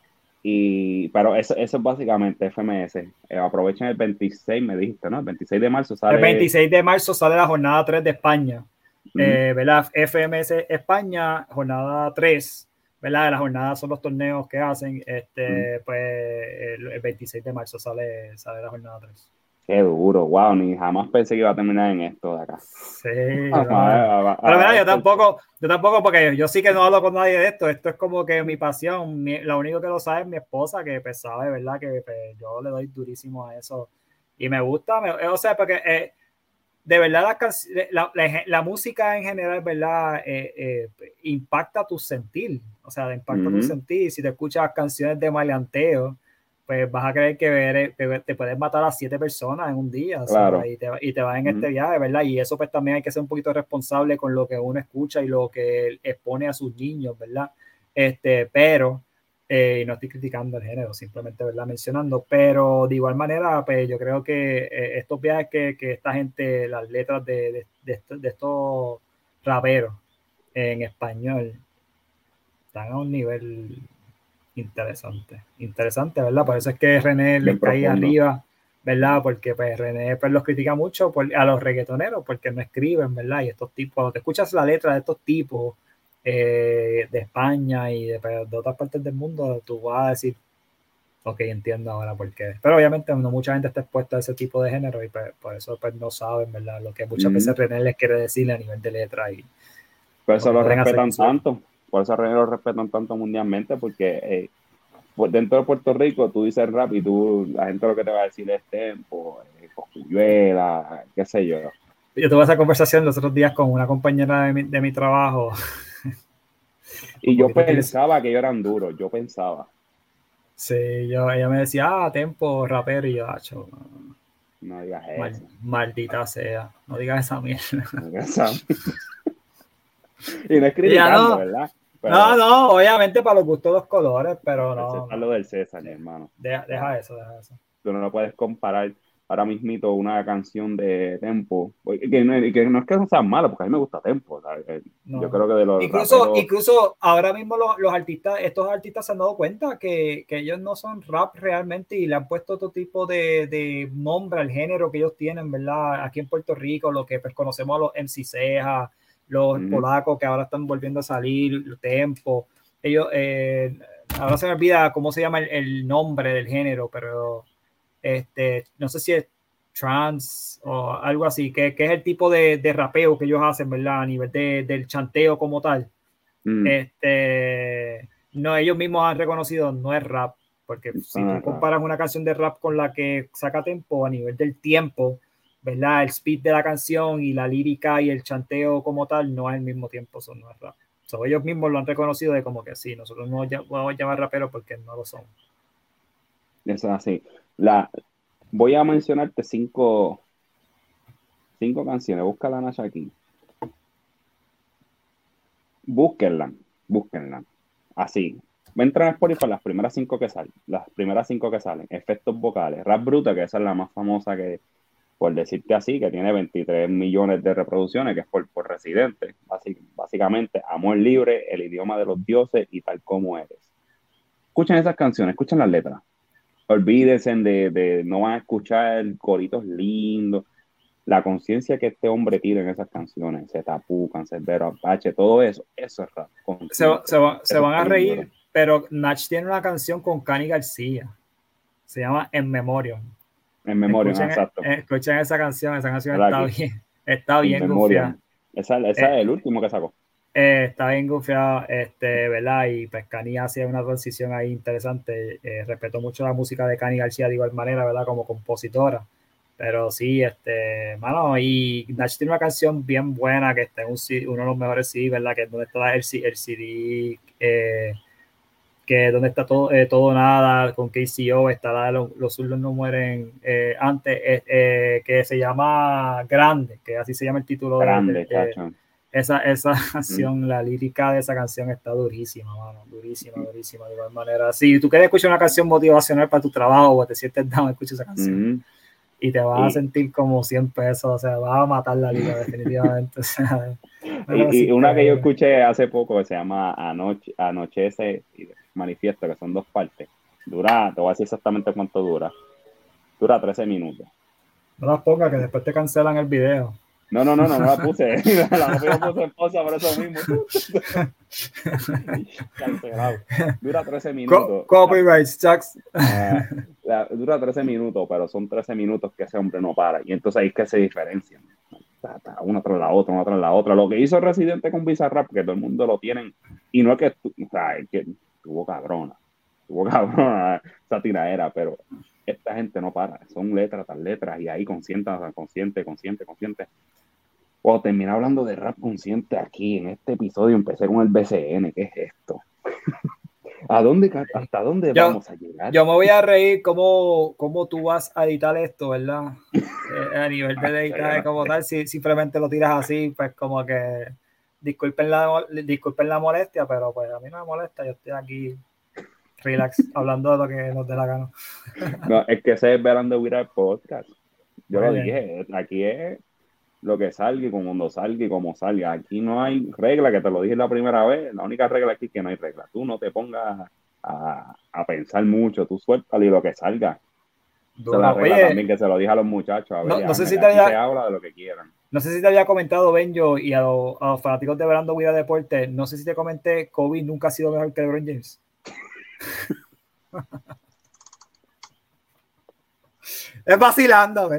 Pero eso es básicamente FMS. Aprovechen el 26, me dijiste, ¿no? El 26 de marzo El sale. 26 de marzo sale la jornada 3 de España. Ujú, ¿Verdad? FMS España, jornada 3, ¿verdad? Las jornadas son los torneos que hacen. ujú. Pues el 26 de marzo sale la jornada 3. Qué duro, wow, ni jamás pensé que iba a terminar en esto de acá. Sí, Jamás, brother. Pero mira, jamás pensé. yo tampoco, porque yo sí que no hablo con nadie de esto. Esto es como que mi pasión. Lo único que lo sabe es mi esposa, que pues sabe, ¿verdad? Que pues, yo le doy durísimo a eso. Y me gusta, o sea, porque de verdad la música en general, ¿verdad? Impacta tu sentir. O sea, impacta tu Ujú, sentir. Si te escuchas canciones de maleanteo, pues vas a creer que te puedes matar a 7 personas en un día, o sea, claro. y te vas en este Ujú, viaje, ¿verdad? Y eso pues también hay que ser un poquito responsable con lo que uno escucha y lo que expone a sus niños, ¿verdad? Pero, no estoy criticando el género, simplemente, ¿verdad? Mencionando, pero de igual manera, pues yo creo que estos viajes que esta gente, las letras de estos raperos en español, están a un nivel interesante, interesante, ¿verdad? Por eso es que René les bien cae profundo. arriba, ¿verdad? Porque pues René pues, los critica mucho a los reggaetoneros porque no escriben, ¿verdad? Y estos tipos, cuando te escuchas la letra de estos tipos de España y de otras partes del mundo, tú vas a decir, ok, entiendo ahora por qué. Pero obviamente no mucha gente está expuesta a ese tipo de género y pues, por eso pues, no saben, ¿verdad? Lo que muchas Ujú. veces René les quiere decir a nivel de letra y Por lo eso que lo pueden hacer con respetan su letra. tanto. Por eso lo respetan tanto mundialmente, porque pues dentro de Puerto Rico tú dices rap y la gente lo que te va a decir es tempo, cosculluela, qué sé yo. Yo tuve esa conversación los otros días con una compañera de mi trabajo, un Y yo poquito pensaba que ellos eran duros, yo pensaba. sí, ella me decía, tempo, rapero, y yo, No digas eso. maldita sea, no digas esa mierda. No digas eso. Y no es Y ya criticando, no, ¿verdad? no, Pero no, obviamente para los gustos los colores, pero el no, César no, lo del César, mi hermano. O deja sea, eso, deja eso. tú no puedes comparar ahora mismito una canción de Tempo, que no es que no sea mala, porque a mí me gusta Tempo. O sea, yo No. creo que de los Incluso, raperos. incluso ahora mismo los artistas, estos artistas se han dado cuenta que ellos no son rap realmente y le han puesto otro tipo de nombre al género que ellos tienen, ¿verdad? Aquí en Puerto Rico, lo que pues, conocemos a los MC Ceja, los Ujú, polacos que ahora están volviendo a salir, Tempo. Ellos, ahora se me olvida cómo se llama el nombre del género, pero no sé si es trance o algo así, que es el tipo de rapeo que ellos hacen, ¿verdad? A nivel del chanteo como tal. mm, No, ellos mismos han reconocido, no es rap, porque si no tú es rap. comparas una canción de rap con la que saca Tempo a nivel del tiempo, ¿verdad? El speed de la canción y la lírica y el chanteo como tal no es el mismo tiempo, eso no es rap. So, ellos mismos lo han reconocido de como que sí, nosotros no vamos a llamar raperos porque no lo son. Eso es así. Voy a mencionarte cinco canciones. Búscala, Nasha, aquí. Búsquenla, búsquenla. Así. Entran a Spotify las primeras cinco que salen. Las primeras cinco que salen. Efectos vocales. Rap Bruta, que esa es la más famosa que, por decirte así, que tiene 23 millones de reproducciones, que es por Residente. Básicamente, amor libre, el idioma de los dioses y tal como eres. Escuchen esas canciones, escuchen las letras. Olvídense no van a escuchar coritos lindos. la conciencia que este hombre tiene en esas canciones, ese Tapu, Canserbero, Apache, todo eso es rap. Se van a reír, pero Nach tiene una canción con Cani García. Se llama En Memoriam. En Memoriam, exacto. Escuchen esa canción está aquí, bien. Está bien gufiada. Esa es el último que sacó. Está bien gufiada, ¿verdad? Y pues Cani hacía una transición ahí interesante. Respeto mucho la música de Cani García de igual manera, ¿verdad? Como compositora. Pero sí, mano, y Nach tiene una canción bien buena que está en uno de los mejores CD, ¿verdad? Que es donde está el CD, que donde está todo nada, con KCO, está la de los zurdos no mueren antes, que se llama Grande, que así se llama el título. Grande, esa canción, la lírica de esa canción está durísima, mano, durísima, de igual manera. Si tú quieres escuchar una canción motivacional para tu trabajo o te sientes down, escucha esa canción. Y te vas a sentir como 100 pesos, o sea, vas a matar la liga definitivamente. O sea, y una que yo escuché hace poco que se llama Anochece y Manifiesto, que son 2 partes. Te voy a decir exactamente cuánto dura. Dura 13 minutos. No las pongas, que después te cancelan el video. No la puse. La puse en pausa por eso mismo. Cancelado. Dura 13 minutos. Copyright, Chucks. Dura 13 minutos, pero son 13 minutos que ese hombre no para. Y entonces ahí es que se diferencian. Una tras la otra. Lo que hizo Residente con Bizarrap, que todo el mundo lo tienen. Y no es que, es que tuvo cabrona esa tiradera, pero esta gente no para. Son letras tras letras y ahí consciente. O terminar hablando de rap consciente aquí en este episodio. Empecé con el BCN. ¿Qué es esto? ¿Hasta dónde vamos a llegar? Yo me voy a reír cómo tú vas a editar esto, ¿verdad? A nivel de editar como tal, si simplemente lo tiras así, pues como que disculpen la molestia, pero pues a mí no me molesta, yo estoy aquí relax, hablando de lo que nos dé la gana. No, es que ese es Verando Viral Podcast. Yo lo dije, aquí es lo que salga y cuando salga y como salga. Aquí no hay regla, que te lo dije la primera vez. La única regla aquí es que no hay regla. Tú no te pongas a pensar mucho, tú suéltalo y lo que salga. Esa es la regla también que se lo dije a los muchachos. A ver, no sé si se habla de lo que quieran. No sé si te había comentado, Benjo, y a los fanáticos de Verando Vida Deporte, no sé si te comenté, Kobe nunca ha sido mejor que LeBron James. Es vacilando.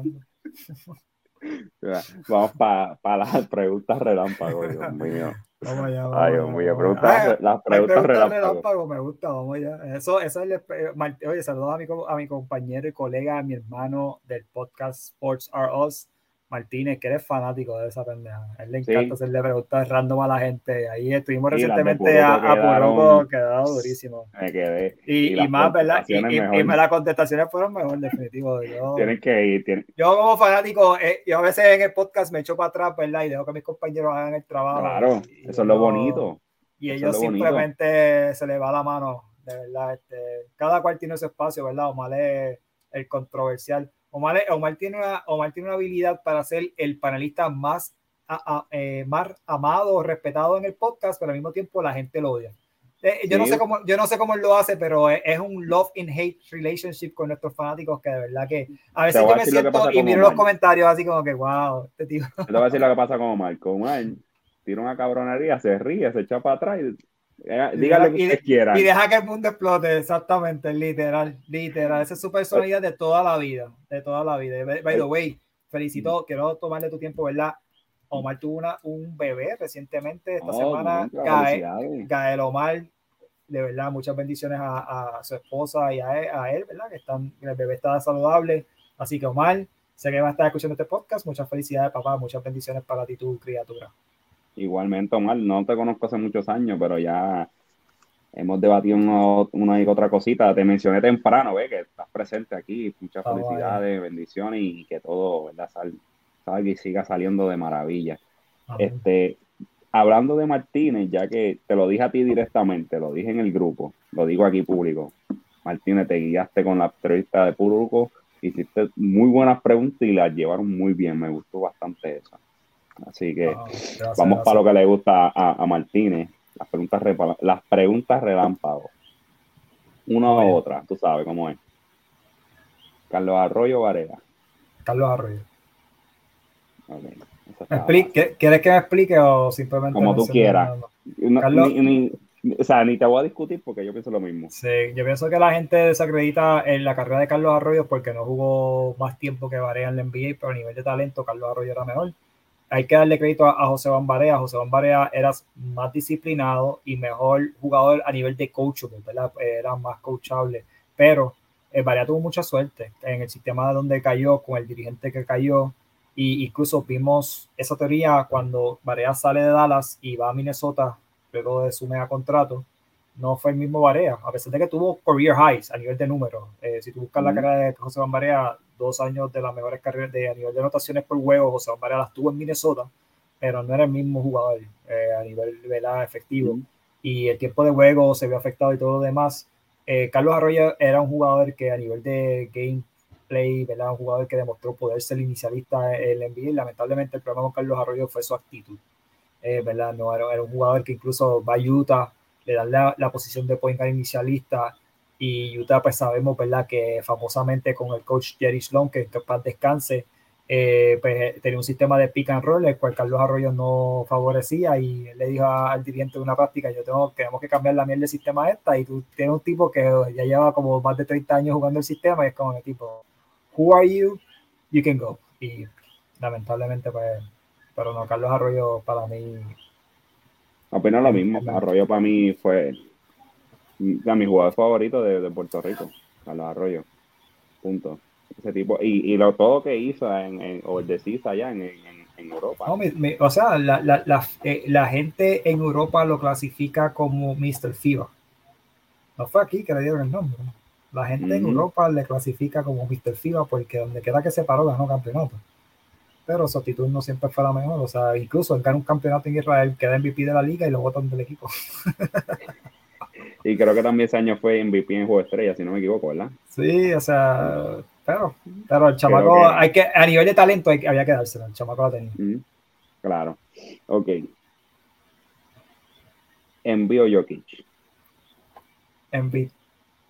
Vamos para las preguntas relámpago, Dios mío. Vamos allá. Ay, Dios mío, las preguntas relámpago. Me gusta, vamos allá. Eso es oye, saludos a mi compañero y colega, a mi hermano del podcast Sports Are Us, Martínez, que eres fanático de esa pendeja. A él le encanta hacerle preguntas random a la gente. Ahí estuvimos recientemente a Puruco, quedado durísimo. Me quedé. Y más, ¿verdad? Y las contestaciones fueron mejor, definitivo. Tienen que ir. Yo como fanático, yo a veces en el podcast me echo para atrás, ¿verdad? Y dejo que mis compañeros hagan el trabajo. Claro, eso es lo bonito. Y ellos simplemente se les va la mano, de verdad. Cada cual tiene su espacio, ¿verdad? Omar es el controversial. Omar tiene una habilidad para ser el panelista más amado o respetado en el podcast, pero al mismo tiempo la gente lo odia. Yo no sé cómo él lo hace, pero es un love and hate relationship con nuestros fanáticos que de verdad que a veces yo me siento y miro los comentarios así como que wow, este tío. Te voy a decir lo que pasa con Omar. Con Omar tira una cabronería, se ríe, se echa para atrás y diga lo que ustedes quieran. Y deja que el mundo explote, exactamente, literal. Esa es su personalidad de toda la vida. By the way, felicito, quiero tomarle tu tiempo, ¿verdad? Omar tuvo un bebé recientemente esta semana. Gael Omar, de verdad, muchas bendiciones a su esposa y a él, ¿verdad? El bebé está saludable. Así que Omar, sé que va a estar escuchando este podcast. Muchas felicidades, papá. Muchas bendiciones para ti, tu criatura. Igualmente, Omar, no te conozco hace muchos años, pero ya hemos debatido una y otra cosita. Te mencioné temprano, que estás presente aquí. Muchas felicidades, bendiciones y que todo, ¿verdad? Salga y siga saliendo de maravilla. Hablando de Martínez, ya que te lo dije a ti directamente, lo dije en el grupo, lo digo aquí público. Martínez, te guiaste con la entrevista de Puruco, hiciste muy buenas preguntas y las llevaron muy bien. Me gustó bastante eso. Así que vamos para lo que le gusta a Martínez, las preguntas relámpago. Una u otra, tú sabes cómo es. Carlos Arroyo Varela. Carlos Arroyo. Okay. ¿Quieres que me explique o simplemente? Como tú quieras. Carlos, o sea, ni te voy a discutir porque yo pienso lo mismo. Sí, yo pienso que la gente desacredita en la carrera de Carlos Arroyo porque no jugó más tiempo que Barea en la NBA, pero a nivel de talento Carlos Arroyo era mejor. Hay que darle crédito a José Van Barea. José Van Barea era más disciplinado y mejor jugador a nivel de coachable, ¿verdad? Era más coachable, pero Barea tuvo mucha suerte en el sistema donde cayó, con el dirigente que cayó, y incluso vimos esa teoría cuando Barea sale de Dallas y va a Minnesota luego de su mega contrato. No fue el mismo Barea, a pesar de que tuvo career highs a nivel de números. Si tú buscas la carrera de José Van Barea, 2 años de las mejores carreras a nivel de anotaciones por juego, José Van Barea las tuvo en Minnesota, pero no era el mismo jugador a nivel efectivo. Y el tiempo de juego se vio afectado y todo lo demás. Carlos Arroyo era un jugador que a nivel de gameplay, ¿verdad? Un jugador que demostró poder ser inicialista en el NBA. Lamentablemente el problema con Carlos Arroyo fue su actitud, ¿verdad? No era un jugador que incluso va a Utah, le dan la posición de point guard inicialista, y Utah pues sabemos, ¿verdad?, que famosamente con el coach Jerry Sloan, que paz descanse, pues tenía un sistema de pick and roll, el cual Carlos Arroyo no favorecía, y él le dijo al dirigente de una práctica: tenemos que cambiar la mierda del sistema esta, y tú tienes un tipo que ya lleva como más de 30 años jugando el sistema, y es como el tipo, who are you? You can go. Y lamentablemente pues, pero no, Carlos Arroyo para mí... Opino lo mismo. Arroyo para mí fue mi jugador favorito de Puerto Rico, Carlos Arroyo. Punto. Ese tipo, y todo que hizo en Overseas allá en Europa. No, o sea, la gente en Europa lo clasifica como Mr. FIBA. No fue aquí que le dieron el nombre, ¿no? La gente en Europa le clasifica como Mr. FIBA porque donde quiera que se paró ganó campeonato. Pero su actitud no siempre fue la mejor. O sea, incluso él gana un campeonato en Israel, queda MVP de la liga y lo botan del equipo. Y creo que también ese año fue MVP en Juego Estrella, si no me equivoco, ¿verdad? Sí, o sea, pero el chamaco, a nivel de talento había que dárselo. El chamaco lo tenía. Claro. Ok. Embiid o Jokic. Embiid.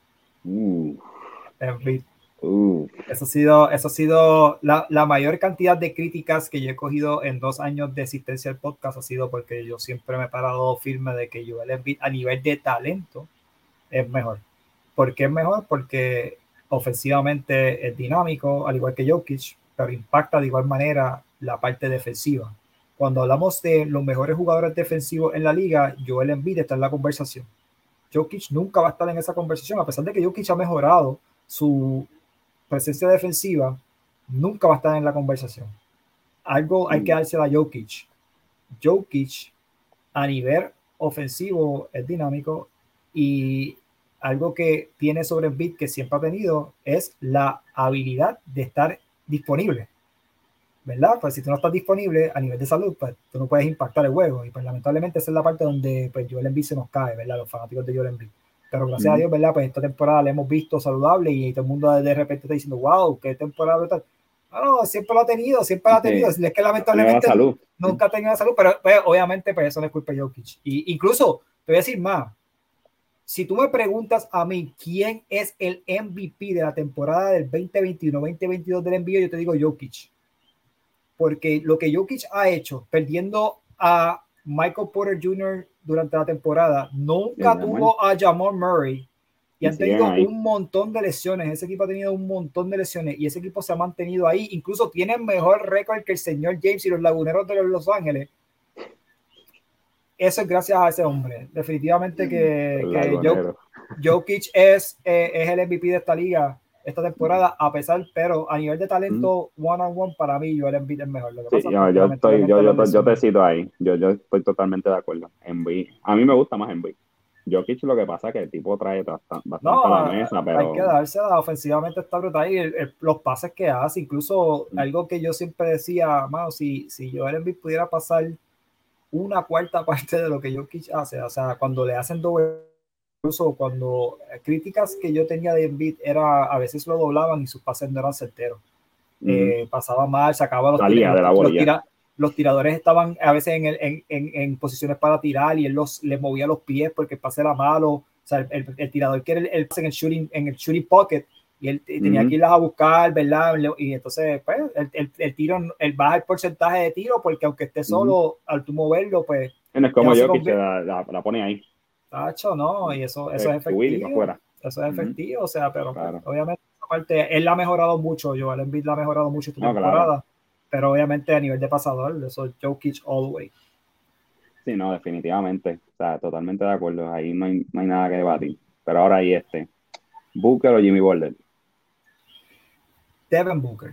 Embiid. Eso ha sido la mayor cantidad de críticas que yo he cogido en 2 años de existencia del podcast. Ha sido porque yo siempre me he parado firme de que Joel Embiid a nivel de talento es mejor. ¿Por qué es mejor? Porque ofensivamente es dinámico, al igual que Jokic, pero impacta de igual manera la parte defensiva. Cuando hablamos de los mejores jugadores defensivos en la liga, Joel Embiid está en la conversación. Jokic nunca va a estar en esa conversación, a pesar de que Jokic ha mejorado su presencia defensiva, nunca va a estar en la conversación. Algo hay que dársela a Jokic. Jokic a nivel ofensivo es dinámico, y algo que tiene sobre Embiid, que siempre ha tenido, es la habilidad de estar disponible, ¿verdad? Pues si tú no estás disponible a nivel de salud, pues tú no puedes impactar el juego, y pues lamentablemente esa es la parte donde pues Joel Embiid se nos cae, ¿verdad? Los fanáticos de Joel Embiid. Pero gracias a Dios, ¿verdad? Pues esta temporada la hemos visto saludable, y todo el mundo de repente está diciendo, wow, qué temporada brutal. No, siempre lo ha tenido. Sí. Es que lamentablemente nunca ha tenido la salud, pero pues, obviamente pues eso no es culpa de Jokic. Y incluso te voy a decir más. Si tú me preguntas a mí quién es el MVP de la temporada del 2021-2022 del NBA, yo te digo Jokic. Porque lo que Jokic ha hecho, perdiendo a Michael Porter Jr. durante la temporada, nunca tuvo a Jamal Murray, y han tenido un montón de lesiones. Ese equipo ha tenido un montón de lesiones, y ese equipo se ha mantenido ahí. Incluso tiene mejor récord que el señor James y los Laguneros de Los Ángeles. Eso es gracias a ese hombre. Definitivamente que Jokic es el MVP de esta liga esta temporada, a pesar, pero a nivel de talento one-on-one, para mí Joel Embiid es mejor. Lo que pasa yo te cito ahí. Yo estoy totalmente de acuerdo. Embiid. A mí me gusta más Embiid. Jokic, lo que pasa es que el tipo trae bastante a la mesa, pero... Hay que dársela. Ofensivamente está brutal, y los pases que hace, incluso algo que yo siempre decía, mano, si Joel Embiid pudiera pasar una cuarta parte de lo que Jokic hace, o sea, cuando le hacen doble, incluso cuando críticas que yo tenía de Embiid era a veces lo doblaban y sus pases no eran certeros. Pasaba mal, sacaba los tiradores estaban a veces en posiciones para tirar, y él les movía los pies porque el pase era malo. O sea, el tirador quiere el pase en el shooting pocket, y él tenía que irlas a buscar, ¿verdad? Y entonces, pues, el tiro, él baja el porcentaje de tiro porque aunque esté solo, al tú moverlo, pues... No es como yo que la pone ahí. Tacho, no, y eso es efectivo. Eso es efectivo, o sea, pero claro. Pues, obviamente, aparte, él la ha mejorado mucho, Joel Embiid la ha mejorado mucho esta temporada, claro. Pero obviamente a nivel de pasador, eso es Jokic all the way. Sí, no, definitivamente, o sea, totalmente de acuerdo, ahí no hay nada que debatir, pero ahora hay Booker o Jimmy Butler. Devin Booker.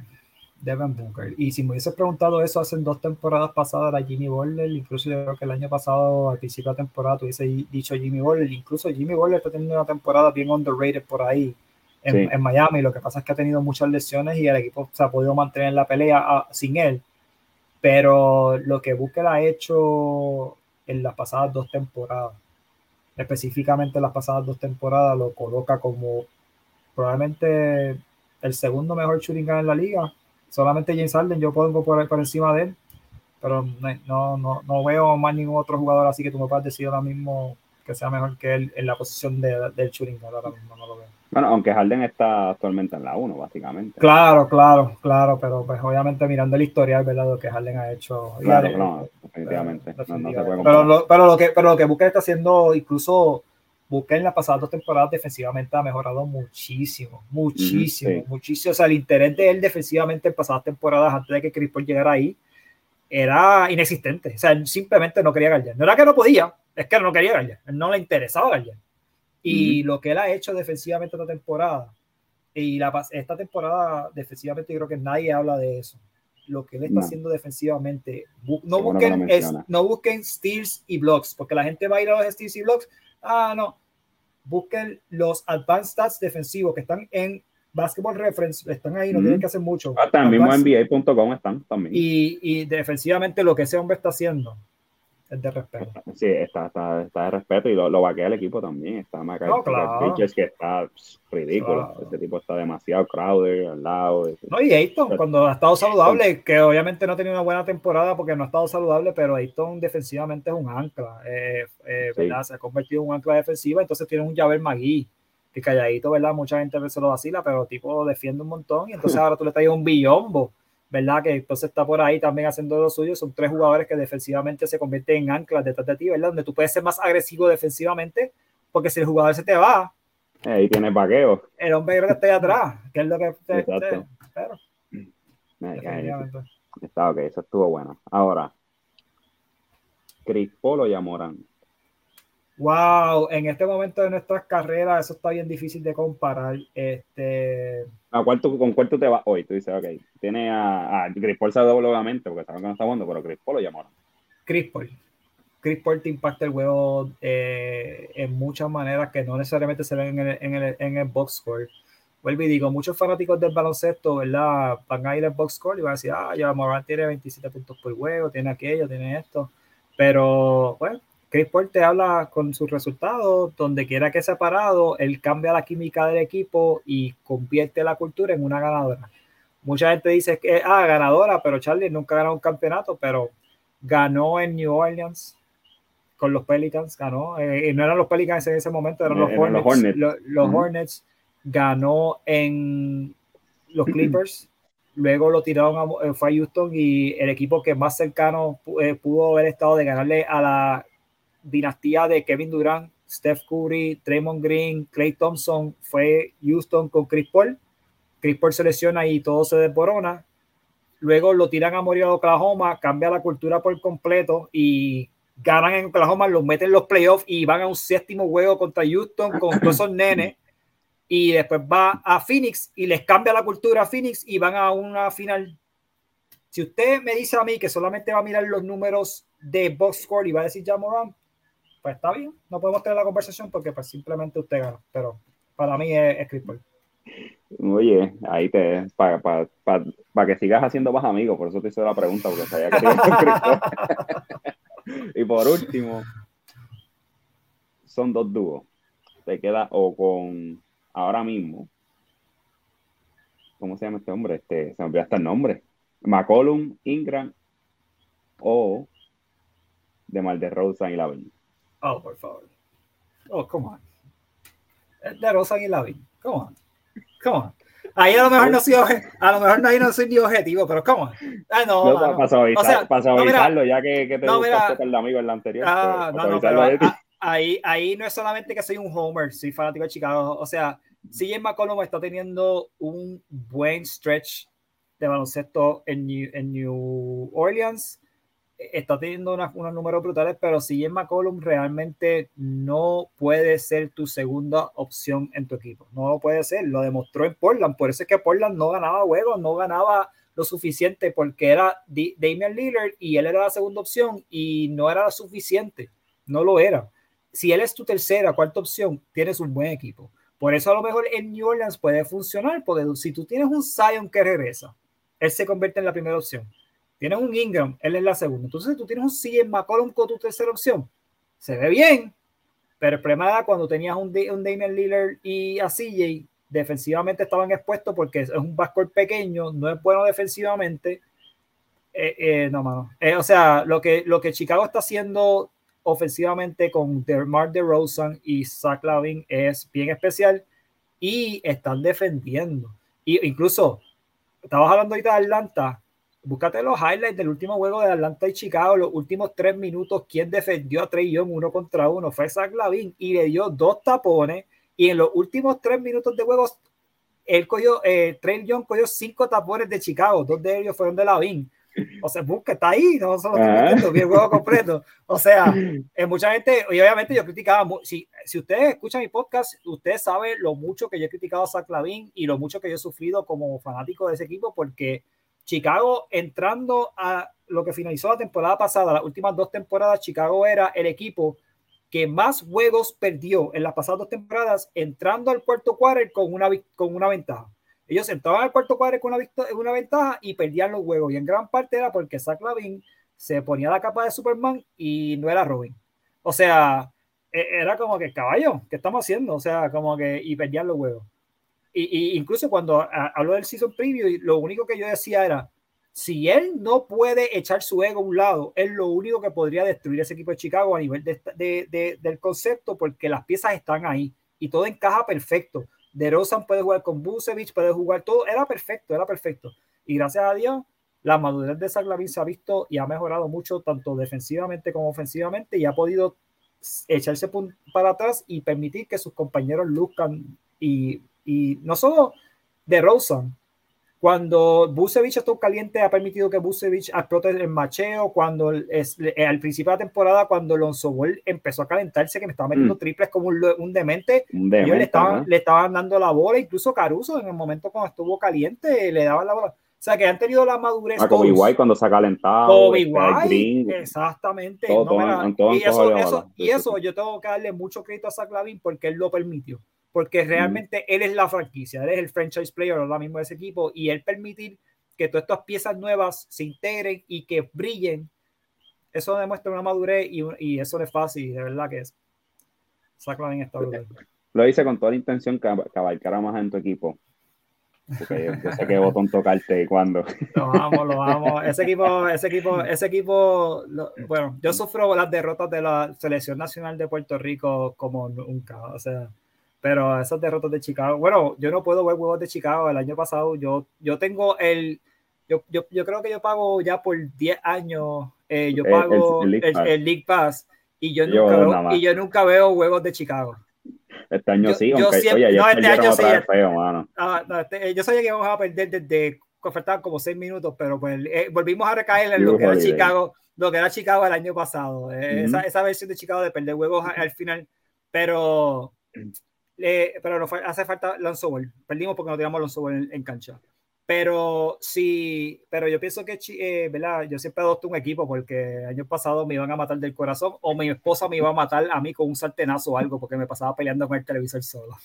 Y si me hubiese preguntado eso hace 2 temporadas pasadas era Jimmy Butler, incluso yo creo que el año pasado, al principio de la temporada, tú hubiese dicho Jimmy Butler. Incluso Jimmy Butler está teniendo una temporada bien underrated por ahí en Miami. Lo que pasa es que ha tenido muchas lesiones y el equipo se ha podido mantener en la pelea sin él. Pero lo que Booker ha hecho en las pasadas 2 temporadas, específicamente en las pasadas 2 temporadas, lo coloca como probablemente el segundo mejor shooting guard en la liga. Solamente James Harden yo pongo por encima de él, pero no veo más ningún otro jugador así que tú me puedas decir ahora mismo que sea mejor que él en la posición del shooting guard. Ahora mismo no lo veo. Bueno, aunque Harden está actualmente en la 1, básicamente. Claro, pero pues obviamente mirando el historial, ¿verdad? Lo que Harden ha hecho. Claro, no, definitivamente. No se puede comparar. Pero lo que Booker está haciendo, incluso Booker en las pasadas 2 temporadas defensivamente ha mejorado muchísimo. O sea, el interés de él defensivamente en pasadas temporadas antes de que Chris Paul llegara ahí era inexistente. O sea, él simplemente no quería gallar. No era que no podía, es que no quería gallar. Él no le interesaba gallar. Y lo que él ha hecho defensivamente esta temporada, y esta temporada defensivamente yo creo que nadie habla de eso. Lo que él está haciendo defensivamente, no busquen steals y blocks, porque la gente va a ir a los steals y blocks. No, busquen los advanced stats defensivos que están en Basketball Reference, están ahí, no tienen que hacer mucho. Hasta el mismo NBA.com están también. Y defensivamente lo que ese hombre está haciendo es de respeto. Sí, está de respeto y lo vaquea el equipo también. Está Bridges, que está ridículo. Claro. Ese tipo está demasiado Crowder al lado. No, y Ayton, cuando ha estado saludable, que obviamente no ha tenido una buena temporada porque no ha estado saludable, pero Ayton defensivamente es un ancla, ¿verdad? Se ha convertido en un ancla defensiva, entonces tiene un Javel Magui, que calladito, ¿verdad? Mucha gente se lo vacila, pero tipo defiende un montón, y entonces ahora tú le traes un Billombo, ¿verdad? Que entonces está por ahí también haciendo lo suyo. Son 3 jugadores que defensivamente se convierten en anclas detrás de ti, ¿verdad? Donde tú puedes ser más agresivo defensivamente, porque si el jugador se te va, ahí tienes vaqueo. El hombre creo que está ahí atrás, que es lo que Exacto. Pero está ok, eso estuvo bueno. Ahora, Chris Paul o Ja Morant. Wow, en este momento de nuestras carreras eso está bien difícil de comparar. ¿Con cuál tú te vas hoy? Tú dices, ok, tiene a Chris Paul obviamente, porque saben que no está jugando, pero Chris Paul o Ja Morant. Chris Paul te impacta el juego en muchas maneras que no necesariamente se ven en el box score. Vuelvo y digo, muchos fanáticos del baloncesto, ¿verdad? Van a ir al box score y van a decir, Ja Morant tiene 27 puntos por juego, tiene aquello, tiene esto. Pero, bueno, Chris Paul te habla con sus resultados, donde quiera que sea parado, él cambia la química del equipo y convierte la cultura en una ganadora. Mucha gente dice que, ganadora, pero Charlie nunca ganó un campeonato, pero ganó en New Orleans con los Pelicans, ganó, y no eran los Pelicans en ese momento, eran los Hornets. Los Hornets. Ganó en los Clippers, luego lo tiraron fue a Houston y el equipo que más cercano pudo haber estado de ganarle a la dinastía de Kevin Durant, Steph Curry, Draymond Green, Klay Thompson fue Houston con Chris Paul. Chris Paul se lesiona y todo se desborona. Luego lo tiran a morir a Oklahoma, cambia la cultura por completo y ganan en Oklahoma, los meten en los playoffs y van a un 7º juego contra Houston con todos esos nenes. Y después va a Phoenix y les cambia la cultura a Phoenix y van a una final. Si usted me dice a mí que solamente va a mirar los números de box score y va a decir Ja Morant, pues está bien, no podemos tener la conversación porque pues simplemente usted gana, pero para mí es Chris Paul. Oye, ahí para que sigas haciendo más amigos, por eso te hice la pregunta, porque sabía que te iba a Chris Paul. Y por último, son 2 dúos. Te queda o con ahora mismo, ¿cómo se llama este hombre? Se me olvidó hasta el nombre. McCollum, Ingram o DeMar DeRozan y Lavin. Oh, por favor. Oh, come on. DeRozan y Lavin. Come on. ¿Cómo? Ahí a lo mejor no soy, a lo mejor ahí no soy ni objetivo, pero ¿cómo? Ah, no, Para suavizarlo, no, mira, ya que te no, gustaste mira, con el amigo en la anterior, pues, para no, pero suavizarlo ahí. ahí no es solamente que soy un homer, soy fanático de Chicago. O sea, CJ McCollum está teniendo un buen stretch de baloncesto en New Orleans. Está teniendo unos números brutales, pero CJ McCollum realmente no puede ser tu segunda opción en tu equipo. No lo puede ser, lo demostró en Portland. Por eso es que Portland no ganaba juegos, no ganaba lo suficiente porque era Damian Lillard y él era la segunda opción y no era suficiente. No lo era. Si él es tu tercera, cuarta opción, tienes un buen equipo. Por eso a lo mejor en New Orleans puede funcionar, porque si tú tienes un Zion que regresa, él se convierte en la primera opción. Tienes un Ingram, él es la segunda. Entonces tú tienes un CJ McCollum con tu tercera opción. Se ve bien, pero el problema era cuando tenías un Damian Lillard y a CJ, defensivamente estaban expuestos porque es un backcourt pequeño, no es bueno defensivamente. No, mano. O sea, lo que Chicago está haciendo ofensivamente con DeMar DeRozan y Zach LaVine es bien especial y están defendiendo. Y incluso, estabas hablando ahorita de Atlanta, búscate los highlights del último juego de Atlanta y Chicago, los últimos 3 minutos, quien defendió a Trae Young 1 contra 1 fue Zach LaVine y le dio 2 tapones y en los últimos 3 minutos de juego él cogió, Trae Young cogió 5 tapones de Chicago, 2 de ellos fueron de LaVine. O sea, busca, está ahí, no se lo estoy mintiendo, vi el juego completo. O sea, mucha gente, y obviamente yo criticaba, si ustedes escuchan mi podcast, ustedes saben lo mucho que yo he criticado a Zach LaVine y lo mucho que yo he sufrido como fanático de ese equipo, porque Chicago, entrando a lo que finalizó la temporada pasada, las últimas 2 temporadas, Chicago era el equipo que más juegos perdió en las pasadas 2 temporadas, entrando al cuarto quarter con una ventaja. Ellos entraban al cuarto cuadro con una ventaja y perdían los juegos. Y en gran parte era porque Zach LaVine se ponía la capa de Superman y no era Robin. O sea, era como que caballo, ¿qué estamos haciendo? O sea, como que y perdían los juegos. Y incluso cuando hablo del season preview, lo único que yo decía era, si él no puede echar su ego a un lado, es lo único que podría destruir ese equipo de Chicago a nivel del concepto, porque las piezas están ahí y todo encaja perfecto. DeRozan puede jugar con Vucevic, puede jugar todo, era perfecto, era perfecto. Y gracias a Dios, la madurez de Zach LaVine se ha visto y ha mejorado mucho, tanto defensivamente como ofensivamente, y ha podido echarse para atrás y permitir que sus compañeros luzcan. Y no solo DeRozan, cuando Vucevic estuvo caliente, ha permitido que Vucevic explote el macheo. Cuando al principio de la temporada, cuando Lonzo Ball empezó a calentarse, que me estaba metiendo triples como un demente, ellos le estaban dando la bola. Incluso Caruso, en el momento cuando estuvo caliente, le daban la bola. O sea, que han tenido la madurez. Kobe White cuando se ha calentado. Kobe White, exactamente. Y eso yo tengo que darle mucho crédito a Zach LaVine porque él lo permitió. Porque realmente él es la franquicia, él es el franchise player ahora mismo de ese equipo, y él permitir que todas estas piezas nuevas se integren y que brillen, eso demuestra una madurez y eso no es fácil, de verdad que es. Zach LaVine está brutal. Lo hice con toda la intención que abarcara más en tu equipo. Porque yo sé que botón tocarte y cuándo. Lo vamos. Ese equipo, bueno, yo sufro las derrotas de la Selección Nacional de Puerto Rico como nunca, o sea, pero esas derrotas de Chicago, bueno, yo no puedo ver juegos de Chicago. El año pasado yo tengo yo creo que yo pago ya por 10 años, yo pago el League Pass y yo nunca veo juegos de Chicago. Este año sí, aunque oye, este año sí. Feo, mano. Yo sabía que íbamos a perder desde que faltaban como 6 minutos, pero pues volvimos a recaer en lo que era Chicago el año pasado. Esa versión de Chicago de perder juegos al final, pero no hace falta Lonzo Ball. Perdimos porque no teníamos Lonzo Ball en cancha. Pero sí, pero yo pienso que, ¿verdad? Yo siempre adopto un equipo porque el año pasado me iban a matar del corazón o mi esposa me iba a matar a mí con un sartenazo o algo porque me pasaba peleando con el televisor solo.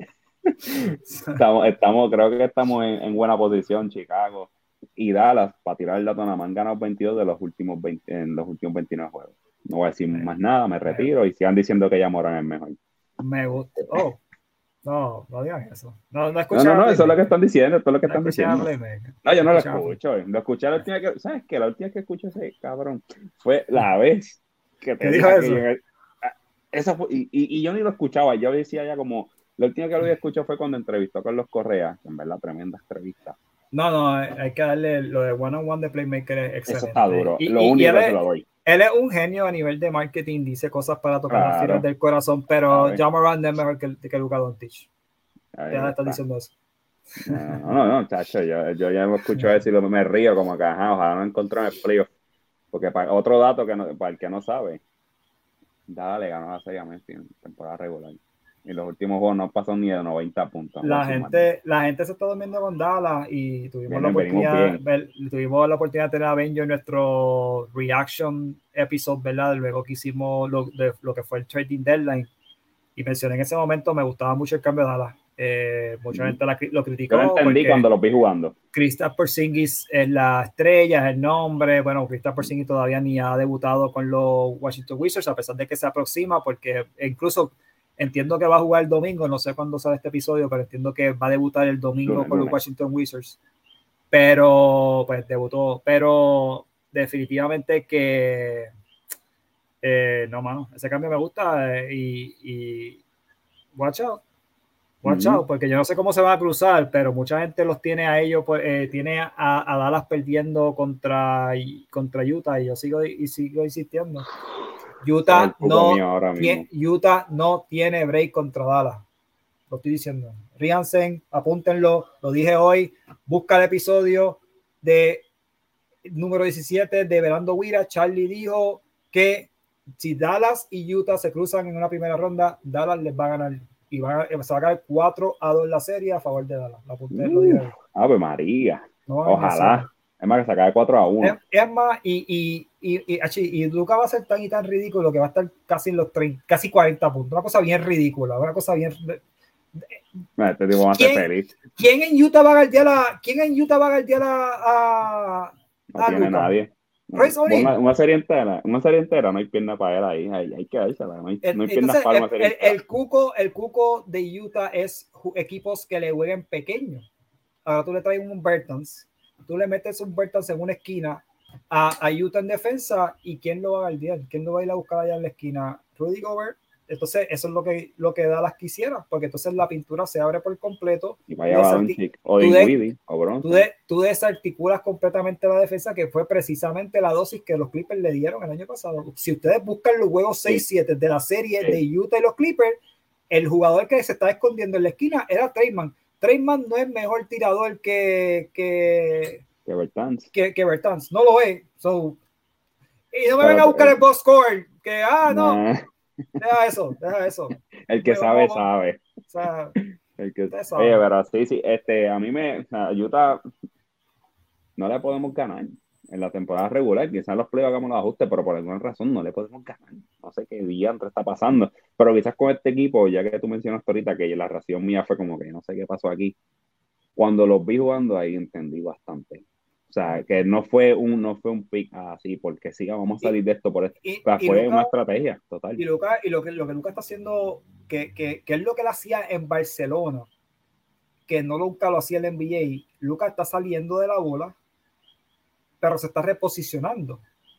Creo que estamos en buena posición, Chicago y Dallas, para tirar el dato, nada más han ganado 22 de los últimos 20, en los últimos 29 juegos. No voy a decir más nada, me retiro y sigan diciendo que ya Morán es mejor. Me gusta. No digan eso. No, eso es lo que están diciendo, No, yo no lo escucho. Lo escuché la última que, ¿sabes qué? La última que escuché ese cabrón fue la vez que te dijo eso. Esa fue, y yo ni lo escuchaba, yo decía ya como Lo último que lo escuché fue cuando entrevistó a Carlos Correa, en verdad, tremenda entrevista. No, hay que darle lo de one-on-one de Playmaker, es excelente. Eso está duro. Lo único que se lo doy. Él es un genio a nivel de marketing, dice cosas para tocar las fibras del corazón, pero Ja Morant es mejor que Luka Doncic. Ya estás diciendo eso. No, chacho, yo ya me escucho eso y me río como que, ojalá no encontré en el playoff. Porque otro dato para el que no sabe, Dallas le ganó la serie a Memphis en temporada regular. Y los últimos juegos no pasaron ni de 90 puntos. La gente se está durmiendo con Dallas y tuvimos la oportunidad de tener a Benjo en nuestro reaction episode, ¿verdad? Luego que hicimos lo que fue el trading deadline. Y mencioné en ese momento, me gustaba mucho el cambio de Dallas. Mucha gente lo criticó. Yo lo entendí cuando lo vi jugando. Kristaps Porzingis es la estrella, es el nombre. Bueno, Kristaps Porzingis todavía ni ha debutado con los Washington Wizards, a pesar de que se aproxima, porque incluso entiendo que va a jugar el domingo. No sé cuándo sale este episodio, pero entiendo que va a debutar el domingo con los Washington Wizards. Pero, pues, debutó. Pero definitivamente que no, mano, ese cambio me gusta y watch out, porque yo no sé cómo se van a cruzar, pero mucha gente los tiene a ellos, pues, tiene a Dallas perdiendo contra Utah y yo sigo insistiendo. Utah no tiene break contra Dallas. Lo estoy diciendo. Ríanse, apúntenlo, lo dije hoy. Busca el episodio de número 17 de Velando Guira. Charlie dijo que si Dallas y Utah se cruzan en una primera ronda, Dallas les va a ganar y se va a ganar 4-2 la serie a favor de Dallas. Lo apunté, lo dije. Ave María. No, ojalá. Es más, que se acabe 4-1. Es más, y Luka va a ser tan y tan ridículo que va a estar casi en los 30, casi 40 puntos. Una cosa bien ridícula. Una cosa bien. Este tipo va a ser feliz. ¿Quién en Utah va a guardiar a no tiene Luka? Nadie. Una serie entera, no hay pierna para él ahí, hay que dársela, no hay piernas para una serie entera. El cuco de Utah es equipos que le jueguen pequeños. Ahora tú le traes un Bertans, tú le metes un Bertans en una esquina a Utah en defensa, y ¿quién lo va a guardiar? ¿Quién lo va a ir a buscar allá en la esquina? Rudy Gobert. Entonces eso es lo que Dallas quisiera, porque entonces la pintura se abre por completo y vaya Doncic o Dinwiddie o Bronson. Tú desarticulas completamente la defensa, que fue precisamente la dosis que los Clippers le dieron el año pasado. Si ustedes buscan los juegos 6-7 de la serie de Utah y los Clippers, el jugador que se estaba escondiendo en la esquina era Treyman. Treyman no es mejor tirador que Bertans. No lo es. Y no me vengan a buscar el box score, que no. Deja eso. El que sabe. O sea, el que sabe. Oye, pero sí, a mí Utah no le podemos ganar en la temporada regular. Quizás los playoffs hagamos los ajustes, pero por alguna razón no le podemos ganar. No sé qué diantre está pasando, pero quizás con este equipo, ya que tú mencionaste ahorita que la ración mía fue como que no sé qué pasó aquí. Cuando los vi jugando ahí entendí bastante. O sea, que no fue un pick así, porque sí, vamos a salir de esto por esto. Fue una estrategia total. Y lo que Luka está haciendo, que es lo que él hacía en Barcelona, que no nunca lo hacía el NBA. Luka está saliendo de la bola, pero se está reposicionando.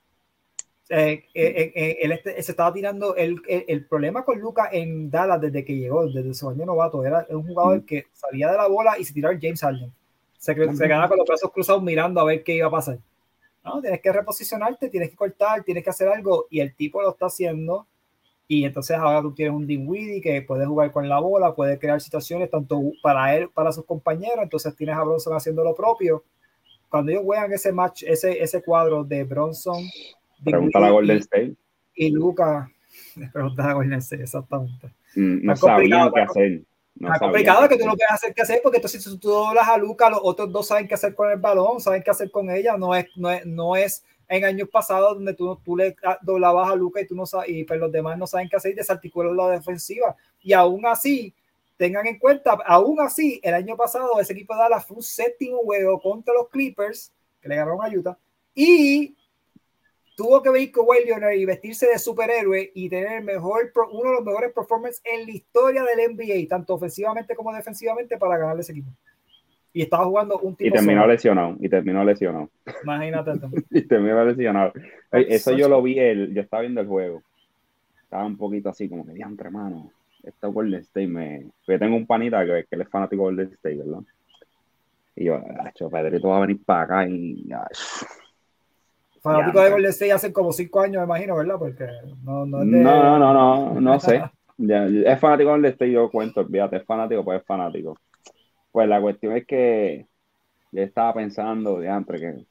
Él se estaba tirando. El problema con Luka en Dallas desde que llegó, desde su año novato, era un jugador que salía de la bola y se tiraba el James Harden. Se quedaba con los brazos cruzados mirando a ver qué iba a pasar. No, tienes que reposicionarte, tienes que cortar, tienes que hacer algo, y el tipo lo está haciendo. Y entonces ahora tú tienes un Dinwiddie que puede jugar con la bola, puede crear situaciones tanto para él, para sus compañeros. Entonces tienes a Bronson haciendo lo propio. Cuando ellos juegan ese match, ese cuadro de Bronson, pregunta a Golden State y Luka, pregunta a Golden State, exactamente. No sabían qué hacer. Es complicado que tú no puedes hacer qué hacer, porque entonces si tú doblas a Luka, los otros dos saben qué hacer con el balón, saben qué hacer con ella. No es en años pasados donde tú le doblabas a Luka y tú no sabes, y pues los demás no saben qué hacer y desarticulan la defensiva. Y aún así, tengan en cuenta, el año pasado ese equipo de Dallas fue un séptimo juego contra los Clippers, que le ganaron a Utah, y tuvo que venir Kawhi Leonard y vestirse de superhéroe y tener uno de los mejores performances en la historia del NBA, tanto ofensivamente como defensivamente, para ganar ese equipo. Y estaba jugando un tipo. Y terminó lesionado. Imagínate. Y terminó lesionado. Eso yo lo vi, yo estaba viendo el juego. Estaba un poquito así, como que diantre, mano. esta Golden State yo tengo un panita que él es fanático de Golden State, ¿verdad? Y yo, Pedrito va a venir para acá y Fanático de Golden State hace como 5 años, me imagino, ¿verdad? Porque no es de... No sé. Es fanático de Golden State, yo cuento, olvídate, es fanático, pues es fanático. Pues la cuestión es que yo estaba pensando, diantre, que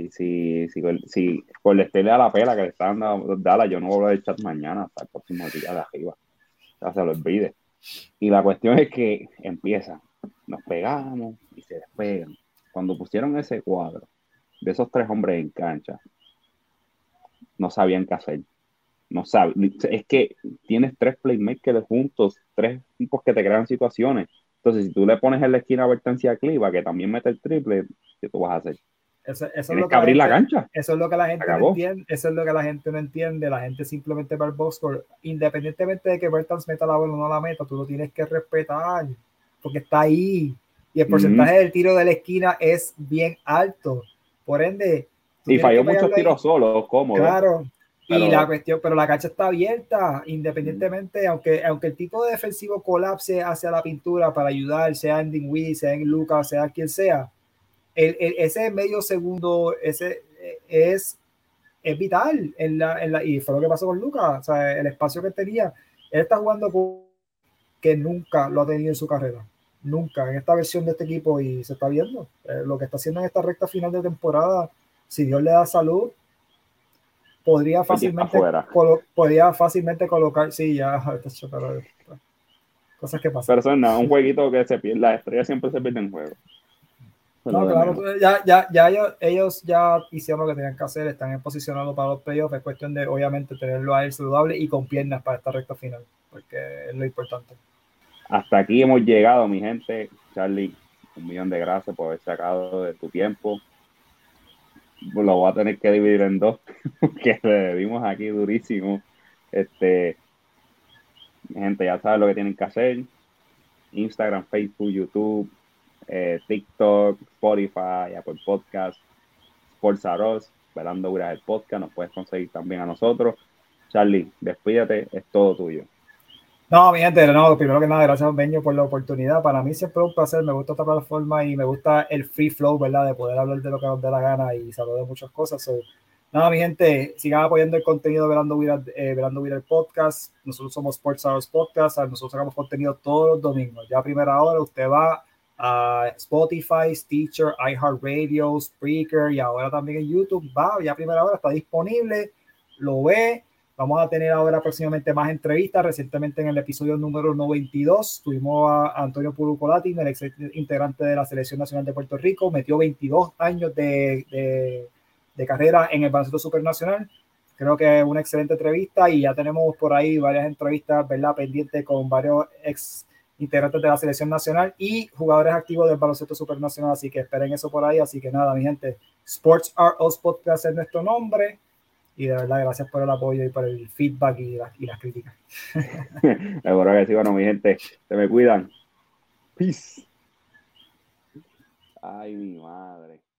si Golden State le da la pela que le están dando Dallas, yo no voy a ver chat mañana hasta el próximo día de arriba. Ya se lo olvide. Y la cuestión es que empieza, nos pegamos y se despegan. Cuando pusieron ese cuadro de esos 3 hombres en cancha, no sabían qué hacer. No sabe. Es que tienes 3 playmakers juntos, 3 tipos que te crean situaciones. Entonces, si tú le pones en la esquina a Bertancia Cliva, que también mete el triple, ¿qué tú vas a hacer? Eso es Tienes lo que que la abrir la gente, cancha. eso es lo que la gente no Acabó. entiende, eso es lo que la gente no entiende, la gente simplemente va al box score, independientemente de que Bertans meta la bola o no la meta, tú lo tienes que respetar, porque está ahí, y el porcentaje del tiro de la esquina es bien alto, por ende, tú Y tienes que falló muchos pegarlo ahí, tiros solos, cómodos. claro, y la Pero, cuestión, pero la cancha está abierta, independientemente, aunque el tipo de defensivo colapse hacia la pintura para ayudar, sea en Dinwiddie, sea en Lucas, sea quien sea, ese medio segundo ese es vital y fue lo que pasó con Lucas, o sea, el espacio que tenía, él está jugando que nunca lo ha tenido en su carrera, nunca en esta versión de este equipo y se está viendo lo que está haciendo en esta recta final de temporada. Si Dios le da salud, podría fácilmente colocar, sí, ya, pero, cosas que pasan. pero eso es nada, un jueguito que se pierde, las estrellas siempre se pierden en juego. No, claro, ya ellos ya hicieron lo que tenían que hacer, están posicionados para los playoffs, es cuestión de obviamente tenerlo a él saludable y con piernas para esta recta final, porque es lo importante. Hasta aquí hemos llegado, mi gente. Charlie, 1.000.000 de gracias por haber sacado de tu tiempo. Lo voy a tener que dividir en 2, que le dimos aquí durísimo. Mi gente, ya saben lo que tienen que hacer. Instagram, Facebook, YouTube, TikTok, Spotify, Apple Podcast, Sports Aros, Velando Guras el podcast. Nos puedes conseguir también a nosotros. Charlie, despídate, es todo tuyo. No, mi gente, no, primero que nada, gracias, Benjo, por la oportunidad. Para mí siempre es un placer, me gusta esta plataforma y me gusta el free flow, ¿verdad? De poder hablar de lo que nos dé la gana y saber de muchas cosas. So, nada, mi gente, sigan apoyando el contenido de Velando Guira el podcast. Nosotros somos Sports Hours Podcast, nosotros sacamos contenido todos los domingos. Ya a primera hora usted va a Spotify, Stitcher, iHeartRadio, Spreaker y ahora también en YouTube. Va, ya a primera hora está disponible, lo ve. Vamos a tener ahora próximamente más entrevistas. Recientemente en el episodio número 92 tuvimos a Antonio Purucolati, el ex integrante de la Selección Nacional de Puerto Rico. Metió 22 años de carrera en el baloncesto supernacional. Creo que es una excelente entrevista y ya tenemos por ahí varias entrevistas, ¿verdad?, pendientes con varios ex integrantes de la Selección Nacional y jugadores activos del baloncesto supernacional. Así que esperen eso por ahí. Así que nada, mi gente, Sports Are Us Podcast es nuestro nombre. Y de verdad, gracias por el apoyo y por el feedback y las críticas. Seguro que sí, bueno, mi gente, se me cuidan. Peace. Ay, mi madre.